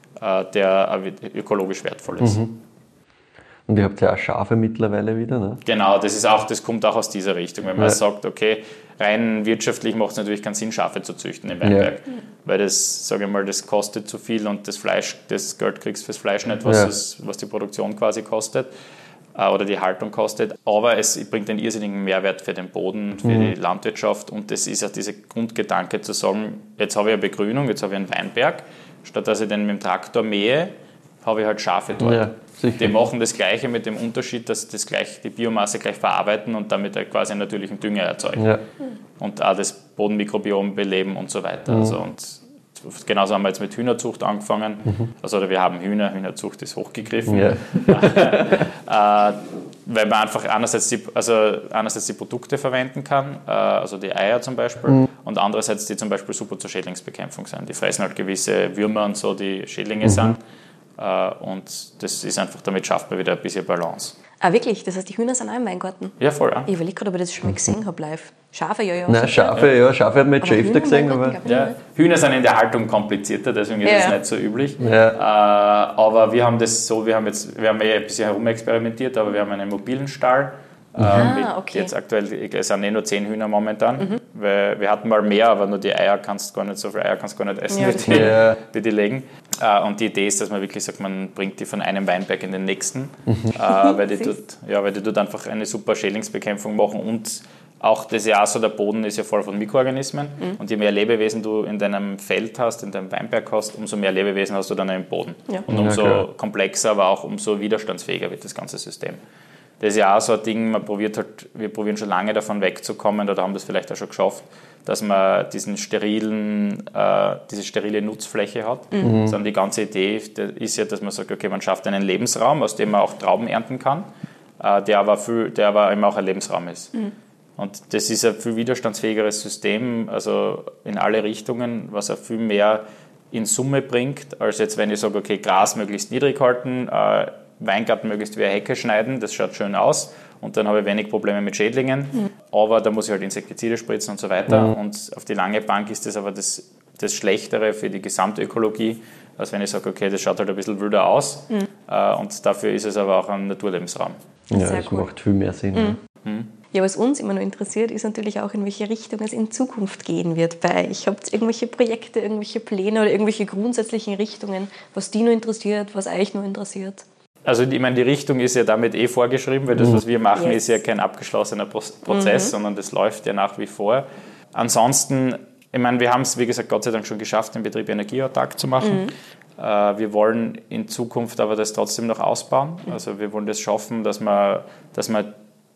der ökologisch wertvoll ist. Mhm. Und ihr habt ja auch Schafe mittlerweile wieder, ne? Genau, das, ist auch, das kommt auch aus dieser Richtung. Wenn man ja. sagt, okay, rein wirtschaftlich macht es natürlich keinen Sinn, Schafe zu züchten im Weinberg. Ja. Weil das, sage ich mal, das kostet zu viel und das Fleisch, das Geld kriegst fürs Fleisch nicht, was, ja. es, was die Produktion quasi kostet äh, oder die Haltung kostet. Aber es bringt einen irrsinnigen Mehrwert für den Boden, für mhm. die Landwirtschaft und das ist ja dieser Grundgedanke zu sagen, jetzt habe ich eine Begrünung, jetzt habe ich einen Weinberg, statt dass ich den mit dem Traktor mähe, habe ich halt Schafe dort. Ja. Die machen das Gleiche mit dem Unterschied, dass das gleich, die Biomasse gleich verarbeiten und damit halt quasi einen natürlichen Dünger erzeugen. Ja. Und auch das Bodenmikrobiom beleben und so weiter. Mhm. Also und genauso haben wir jetzt mit Hühnerzucht angefangen. Mhm. Also oder wir haben Hühner, Hühnerzucht ist hochgegriffen. Ja. weil man einfach einerseits die, also einerseits die Produkte verwenden kann, äh, also die Eier zum Beispiel, mhm. und andererseits die zum Beispiel super zur Schädlingsbekämpfung sind. Die fressen halt gewisse Würmer und so, die Schädlinge mhm. sind. Äh, und das ist einfach, damit schafft man wieder ein bisschen Balance. Ah, wirklich? Das heißt, die Hühner sind auch im Weingarten? Ja, voll. Ja. Ich überlege gerade, ob ich das schon mal gesehen habe live. Schafe, ja, ja. Nein, Schafe, ja. ja, Schafe hat man jetzt schon öfter gesehen. Aber ja. Hühner sind in der Haltung komplizierter, deswegen ist ja. das nicht so üblich. Ja. Äh, aber wir haben das so, wir haben jetzt, wir haben ja ein bisschen herumexperimentiert, aber wir haben einen mobilen Stall. Mhm. Äh, mit okay. Jetzt aktuell es sind eh nur zehn Hühner momentan, mhm. weil wir hatten mal mehr, aber nur die Eier kannst gar nicht, so viele Eier kannst du gar nicht essen, ja. wie, die, ja. wie die legen. Äh, und die Idee ist, dass man wirklich sagt, man bringt die von einem Weinberg in den nächsten, mhm. äh, weil, die dort, ja, weil die dort einfach eine super Schädlingsbekämpfung machen und auch das ja so, der Boden ist ja voll von Mikroorganismen mhm. und je mehr Lebewesen du in deinem Feld hast, in deinem Weinberg hast, umso mehr Lebewesen hast du dann im Boden. Ja. Und umso ja, komplexer, aber auch umso widerstandsfähiger wird das ganze System. Das ist ja auch so ein Ding, man probiert halt, wir probieren schon lange davon wegzukommen, oder haben das vielleicht auch schon geschafft, dass man diesen sterilen, äh, diese sterile Nutzfläche hat. Mhm. Sondern die ganze Idee ist ja, dass man sagt, okay, man schafft einen Lebensraum, aus dem man auch Trauben ernten kann, äh, der, aber viel, der aber immer auch ein Lebensraum ist. Mhm. Und das ist ein viel widerstandsfähigeres System, also in alle Richtungen, was auch viel mehr in Summe bringt, als jetzt, wenn ich sage, okay, Gras möglichst niedrig halten, äh, Weingarten möglichst wie eine Hecke schneiden, das schaut schön aus und dann habe ich wenig Probleme mit Schädlingen, mhm. aber da muss ich halt Insektizide spritzen und so weiter mhm. und auf die lange Bank ist das aber das, das Schlechtere für die Gesamtökologie, als wenn ich sage, okay, das schaut halt ein bisschen wilder aus mhm. äh, und dafür ist es aber auch ein Naturlebensraum. Ja, Sehr das cool. macht viel mehr Sinn. Mhm. Mhm. Ja, was uns immer noch interessiert, ist natürlich auch, in welche Richtung es in Zukunft gehen wird bei euch. Habt ihr irgendwelche Projekte, irgendwelche Pläne oder irgendwelche grundsätzlichen Richtungen, was die noch interessiert, was euch noch interessiert? Also ich meine, die Richtung ist ja damit eh vorgeschrieben, weil das, was wir machen, yes. ist ja kein abgeschlossener Prozess, mhm. sondern das läuft ja nach wie vor. Ansonsten, ich meine, wir haben es, wie gesagt, Gott sei Dank schon geschafft, den Betrieb energieautark zu machen. Mhm. Äh, wir wollen in Zukunft aber das trotzdem noch ausbauen. Mhm. Also wir wollen das schaffen, dass man, dass man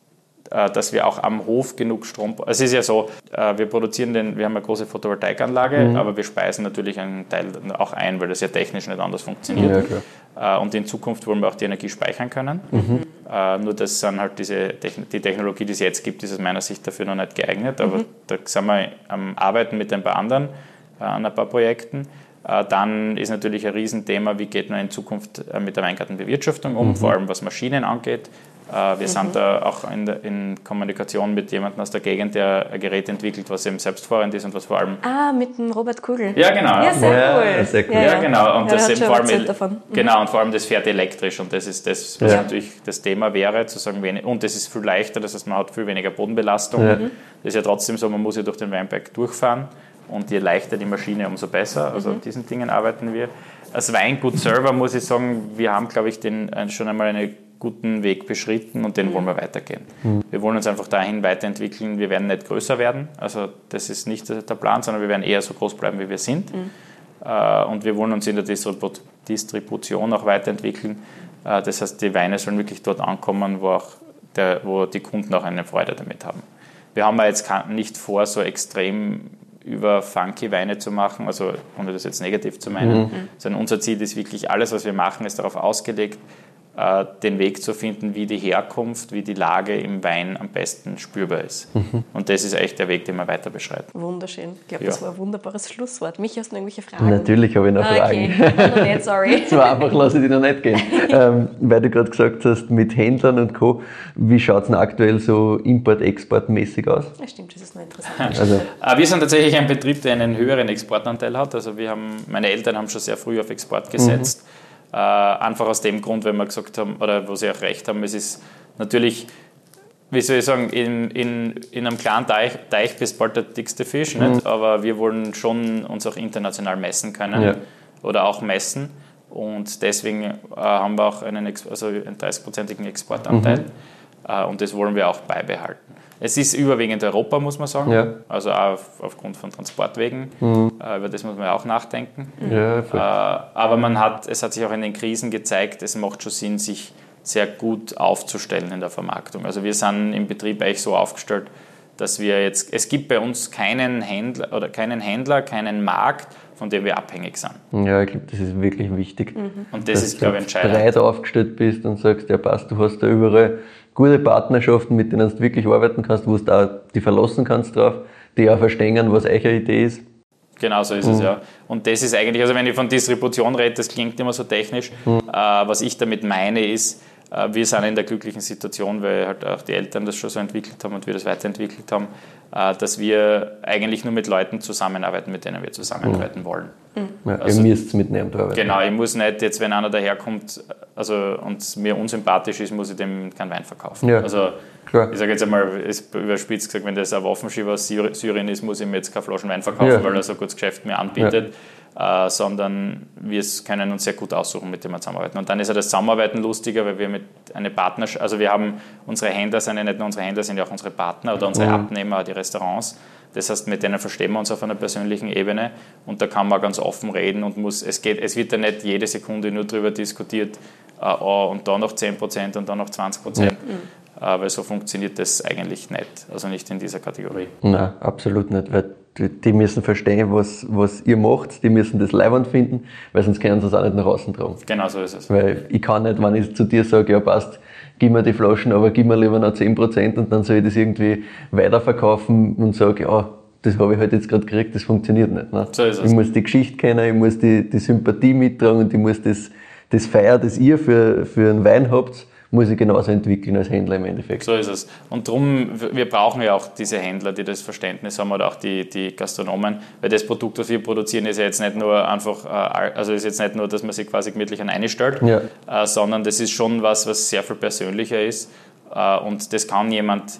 dass wir auch am Hof genug Strom... Es ist ja so, wir produzieren den, wir haben eine große Photovoltaikanlage, mhm. aber wir speisen natürlich einen Teil auch ein, weil das ja technisch nicht anders funktioniert. Ja, und in Zukunft wollen wir auch die Energie speichern können. Mhm. Nur das sind halt diese, die Technologie, die es jetzt gibt, ist aus meiner Sicht dafür noch nicht geeignet, aber mhm. da sind wir am Arbeiten mit ein paar anderen, an ein paar Projekten. Dann ist natürlich ein Riesenthema, wie geht man in Zukunft mit der Weingartenbewirtschaftung um, mhm. vor allem was Maschinen angeht. Wir mhm. sind da auch in, der, in Kommunikation mit jemandem aus der Gegend, der ein Gerät entwickelt, was eben selbstfahrend ist und was vor allem... Ah, mit dem Robert Kugel. Ja, genau. Ja, sehr ja, cool. Sehr cool. Ja, ja, genau. Und, ja, das eben vor allem, davon. genau, und vor allem das fährt elektrisch und das ist das, was ja. natürlich das Thema wäre, zu sagen, und das ist viel leichter, das heißt, man hat viel weniger Bodenbelastung. Ja. Das ist ja trotzdem so, man muss ja durch den Weinberg durchfahren und je leichter die Maschine, umso besser. Also mhm. an diesen Dingen arbeiten wir. Als Weingut selber muss ich sagen, wir haben, glaube ich, den, schon einmal eine guten Weg beschritten und den wollen wir weitergehen. Mhm. Wir wollen uns einfach dahin weiterentwickeln, wir werden nicht größer werden, also das ist nicht der Plan, sondern wir werden eher so groß bleiben, wie wir sind. Mhm. Und wir wollen uns in der Distribu- Distribution auch weiterentwickeln. Das heißt, die Weine sollen wirklich dort ankommen, wo, auch der, wo die Kunden auch eine Freude damit haben. Wir haben jetzt nicht vor, so extrem über funky Weine zu machen, also ohne das jetzt negativ zu meinen, mhm. sondern unser Ziel ist wirklich, alles, was wir machen, ist darauf ausgelegt, den Weg zu finden, wie die Herkunft, wie die Lage im Wein am besten spürbar ist. Mhm. Und das ist echt der Weg, den wir weiter beschreiten. Wunderschön. Ich glaube, ja. das war ein wunderbares Schlusswort. Mich, hast du noch irgendwelche Fragen? Natürlich habe ich noch ah, Fragen. Okay, noch nicht, sorry. So einfach lasse ich die noch nicht gehen. ähm, weil du gerade gesagt hast, mit Händlern und Co., wie schaut es denn aktuell so Import-Export-mäßig aus? Ja, stimmt, das ist noch interessant. Also, wir sind tatsächlich ein Betrieb, der einen höheren Exportanteil hat. Also wir haben, meine Eltern haben schon sehr früh auf Export gesetzt. Mhm. Äh, einfach aus dem Grund, weil wir gesagt haben, oder wo sie auch recht haben, es ist natürlich, wie soll ich sagen, in, in, in einem kleinen Teich, Teich bist bald der dickste Fisch, mhm. nicht? Aber wir wollen schon uns auch international messen können ja. oder auch messen und deswegen äh, haben wir auch einen, also einen dreißig-prozentigen Exportanteil mhm. äh, und das wollen wir auch beibehalten. Es ist überwiegend Europa, muss man sagen, ja. also auch auf, aufgrund von Transportwegen, mhm. äh, über das muss man ja auch nachdenken. Ja, äh, aber man hat, es hat sich auch in den Krisen gezeigt, es macht schon Sinn, sich sehr gut aufzustellen in der Vermarktung. Also wir sind im Betrieb eigentlich so aufgestellt, dass wir jetzt, es gibt bei uns keinen Händler, oder keinen Händler, keinen Markt, von dem wir abhängig sind. Ja, ich glaube, das ist wirklich wichtig. Mhm. Und das ist, glaube ich, entscheidend. entscheidend. Dass du breit aufgestellt bist und sagst, ja passt, du hast da überall gute Partnerschaften, mit denen du wirklich arbeiten kannst, wo du auch die verlassen kannst drauf, die auch verstehen, was eure Idee ist. Genau so ist mhm. es, ja. Und das ist eigentlich, also wenn ich von Distribution rede, das klingt immer so technisch. Mhm. Äh, was ich damit meine ist, äh, wir sind in der glücklichen Situation, weil halt auch die Eltern das schon so entwickelt haben und wir das weiterentwickelt haben, äh, dass wir eigentlich nur mit Leuten zusammenarbeiten, mit denen wir zusammenarbeiten mhm. wollen. Mhm. Ja, also, ihr müsst mitnehmen arbeiten. Genau, ich muss nicht jetzt, wenn einer daherkommt also, und mir unsympathisch ist, muss ich dem keinen Wein verkaufen. Ja. Also, Klar. Ich sage jetzt einmal, ist überspitzt gesagt, wenn das ein Waffenschieber aus Syrien ist, muss ich mir jetzt keine Flaschen Wein verkaufen, ja. weil er so ein gutes Geschäft mir anbietet, ja. äh, sondern wir können uns sehr gut aussuchen, mit dem wir zusammenarbeiten. Und dann ist ja das Zusammenarbeiten lustiger, weil wir mit einer Partnerschaft, also wir haben unsere Händler, sind ja nicht nur unsere Händler, sind ja auch unsere Partner oder unsere mhm. Abnehmer, die Restaurants. Das heißt, mit denen verstehen wir uns auf einer persönlichen Ebene und da kann man ganz offen reden und muss, es, geht, es wird ja nicht jede Sekunde nur darüber diskutiert, äh, oh, und da noch zehn Prozent und da noch zwanzig Prozent. Ja. Weil so funktioniert das eigentlich nicht, also nicht in dieser Kategorie. Nein, absolut nicht, weil die müssen verstehen, was, was ihr macht, die müssen das leibend finden, weil sonst können sie es auch nicht nach außen tragen. Genau so ist es. Weil ich kann nicht, wenn ich zu dir sage, ja passt, gib mir die Flaschen, aber gib mir lieber noch zehn Prozent und dann soll ich das irgendwie weiterverkaufen und sage, ja, das habe ich halt jetzt gerade gekriegt, das funktioniert nicht. Ne? So ist es. Ich muss die Geschichte kennen, ich muss die, die Sympathie mittragen und ich muss das, das Feier, das ihr für, für einen Wein habt, muss ich genauso entwickeln als Händler im Endeffekt. So ist es. Und darum, wir brauchen ja auch diese Händler, die das Verständnis haben oder auch die, die Gastronomen, weil das Produkt, was wir produzieren, ist ja jetzt nicht nur einfach, also ist jetzt nicht nur, dass man sich quasi gemütlich an eine stellt, ja. äh, sondern das ist schon was, was sehr viel persönlicher ist äh, und das kann jemand,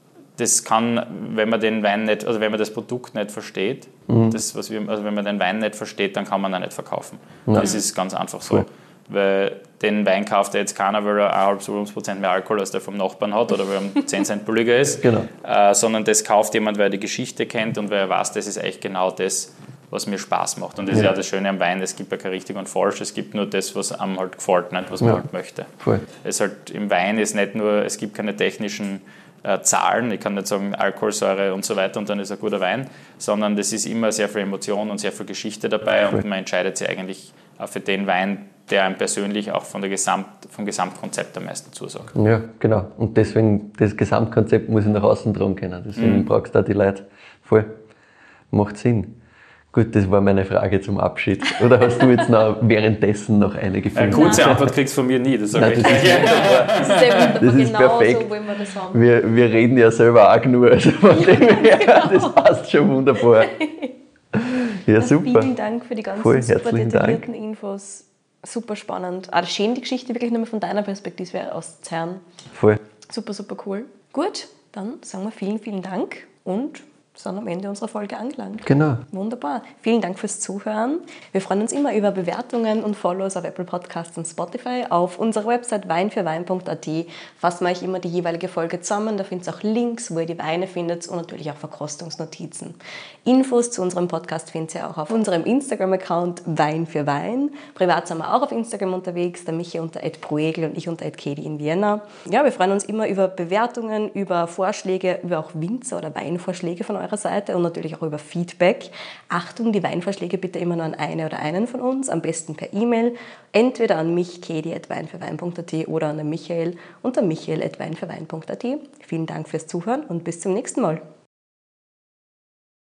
das kann, wenn man den Wein nicht, also wenn man das Produkt nicht versteht, mhm. das, was wir, also wenn man den Wein nicht versteht, dann kann man ihn nicht verkaufen. Ja. Das ist ganz einfach so. Cool. Weil den Wein kauft ja jetzt keiner, weil er eineinhalb Prozent mehr Alkohol als der vom Nachbarn hat oder weil er zehn Cent billiger ist, genau. äh, sondern das kauft jemand, weil er die Geschichte kennt und weil er weiß, das ist echt genau das, was mir Spaß macht. Und das ja. ist ja das Schöne am Wein, es gibt ja kein richtig und falsch, es gibt nur das, was einem halt gefällt, nicht was man ja. halt möchte. Voll. Es halt, im Wein ist nicht nur, es gibt keine technischen äh, Zahlen, ich kann nicht sagen Alkoholsäure und so weiter und dann ist ein guter Wein, sondern das ist immer sehr viel Emotion und sehr viel Geschichte dabei Voll. Und man entscheidet sich eigentlich auch für den Wein, der einem persönlich auch von der Gesamt, vom Gesamtkonzept am meisten zusagt. Ja, genau. Und deswegen, das Gesamtkonzept muss ich nach außen tragen können. Deswegen mhm. brauchst du auch die Leute. Voll. Macht Sinn. Gut, das war meine Frage zum Abschied. Oder hast du jetzt noch währenddessen noch eine gefunden? Eine kurze Antwort kriegst du von mir nie, das sage ich. Das ist sehr wunderbar, das ist genau perfekt. So wollen wir das haben. Wir, wir reden ja selber auch genug, also von dem her, genau. Das passt schon wunderbar. Ja, super. Vielen Dank für die ganzen Voll, super detaillierten Dank. Infos. Super spannend. Auch schön, die Geschichte wirklich nochmal von deiner Perspektive aus zu hören. Voll. Super, super cool. Gut, dann sagen wir vielen, vielen Dank und sind am Ende unserer Folge angelangt. Genau. Wunderbar. Vielen Dank fürs Zuhören. Wir freuen uns immer über Bewertungen und Follows auf Apple Podcasts und Spotify. Auf unserer Website wein für wein punkt a t fassen wir euch immer die jeweilige Folge zusammen. Da findet ihr auch Links, wo ihr die Weine findet und natürlich auch Verkostungsnotizen. Infos zu unserem Podcast findet ihr auch auf unserem Instagram-Account Wein für Wein. Privat sind wir auch auf Instagram unterwegs, der Michi unter at proegel und ich unter at kedi in Vienna. Ja, wir freuen uns immer über Bewertungen, über Vorschläge, über auch Winzer- oder Weinvorschläge von eurer Seite und natürlich auch über Feedback. Achtung, die Weinvorschläge bitte immer nur an eine oder einen von uns, am besten per E-Mail, entweder an mich, kedi at wein für wein punkt a t oder an den Michael unter michael at wein für wein punkt a t. Vielen Dank fürs Zuhören und bis zum nächsten Mal.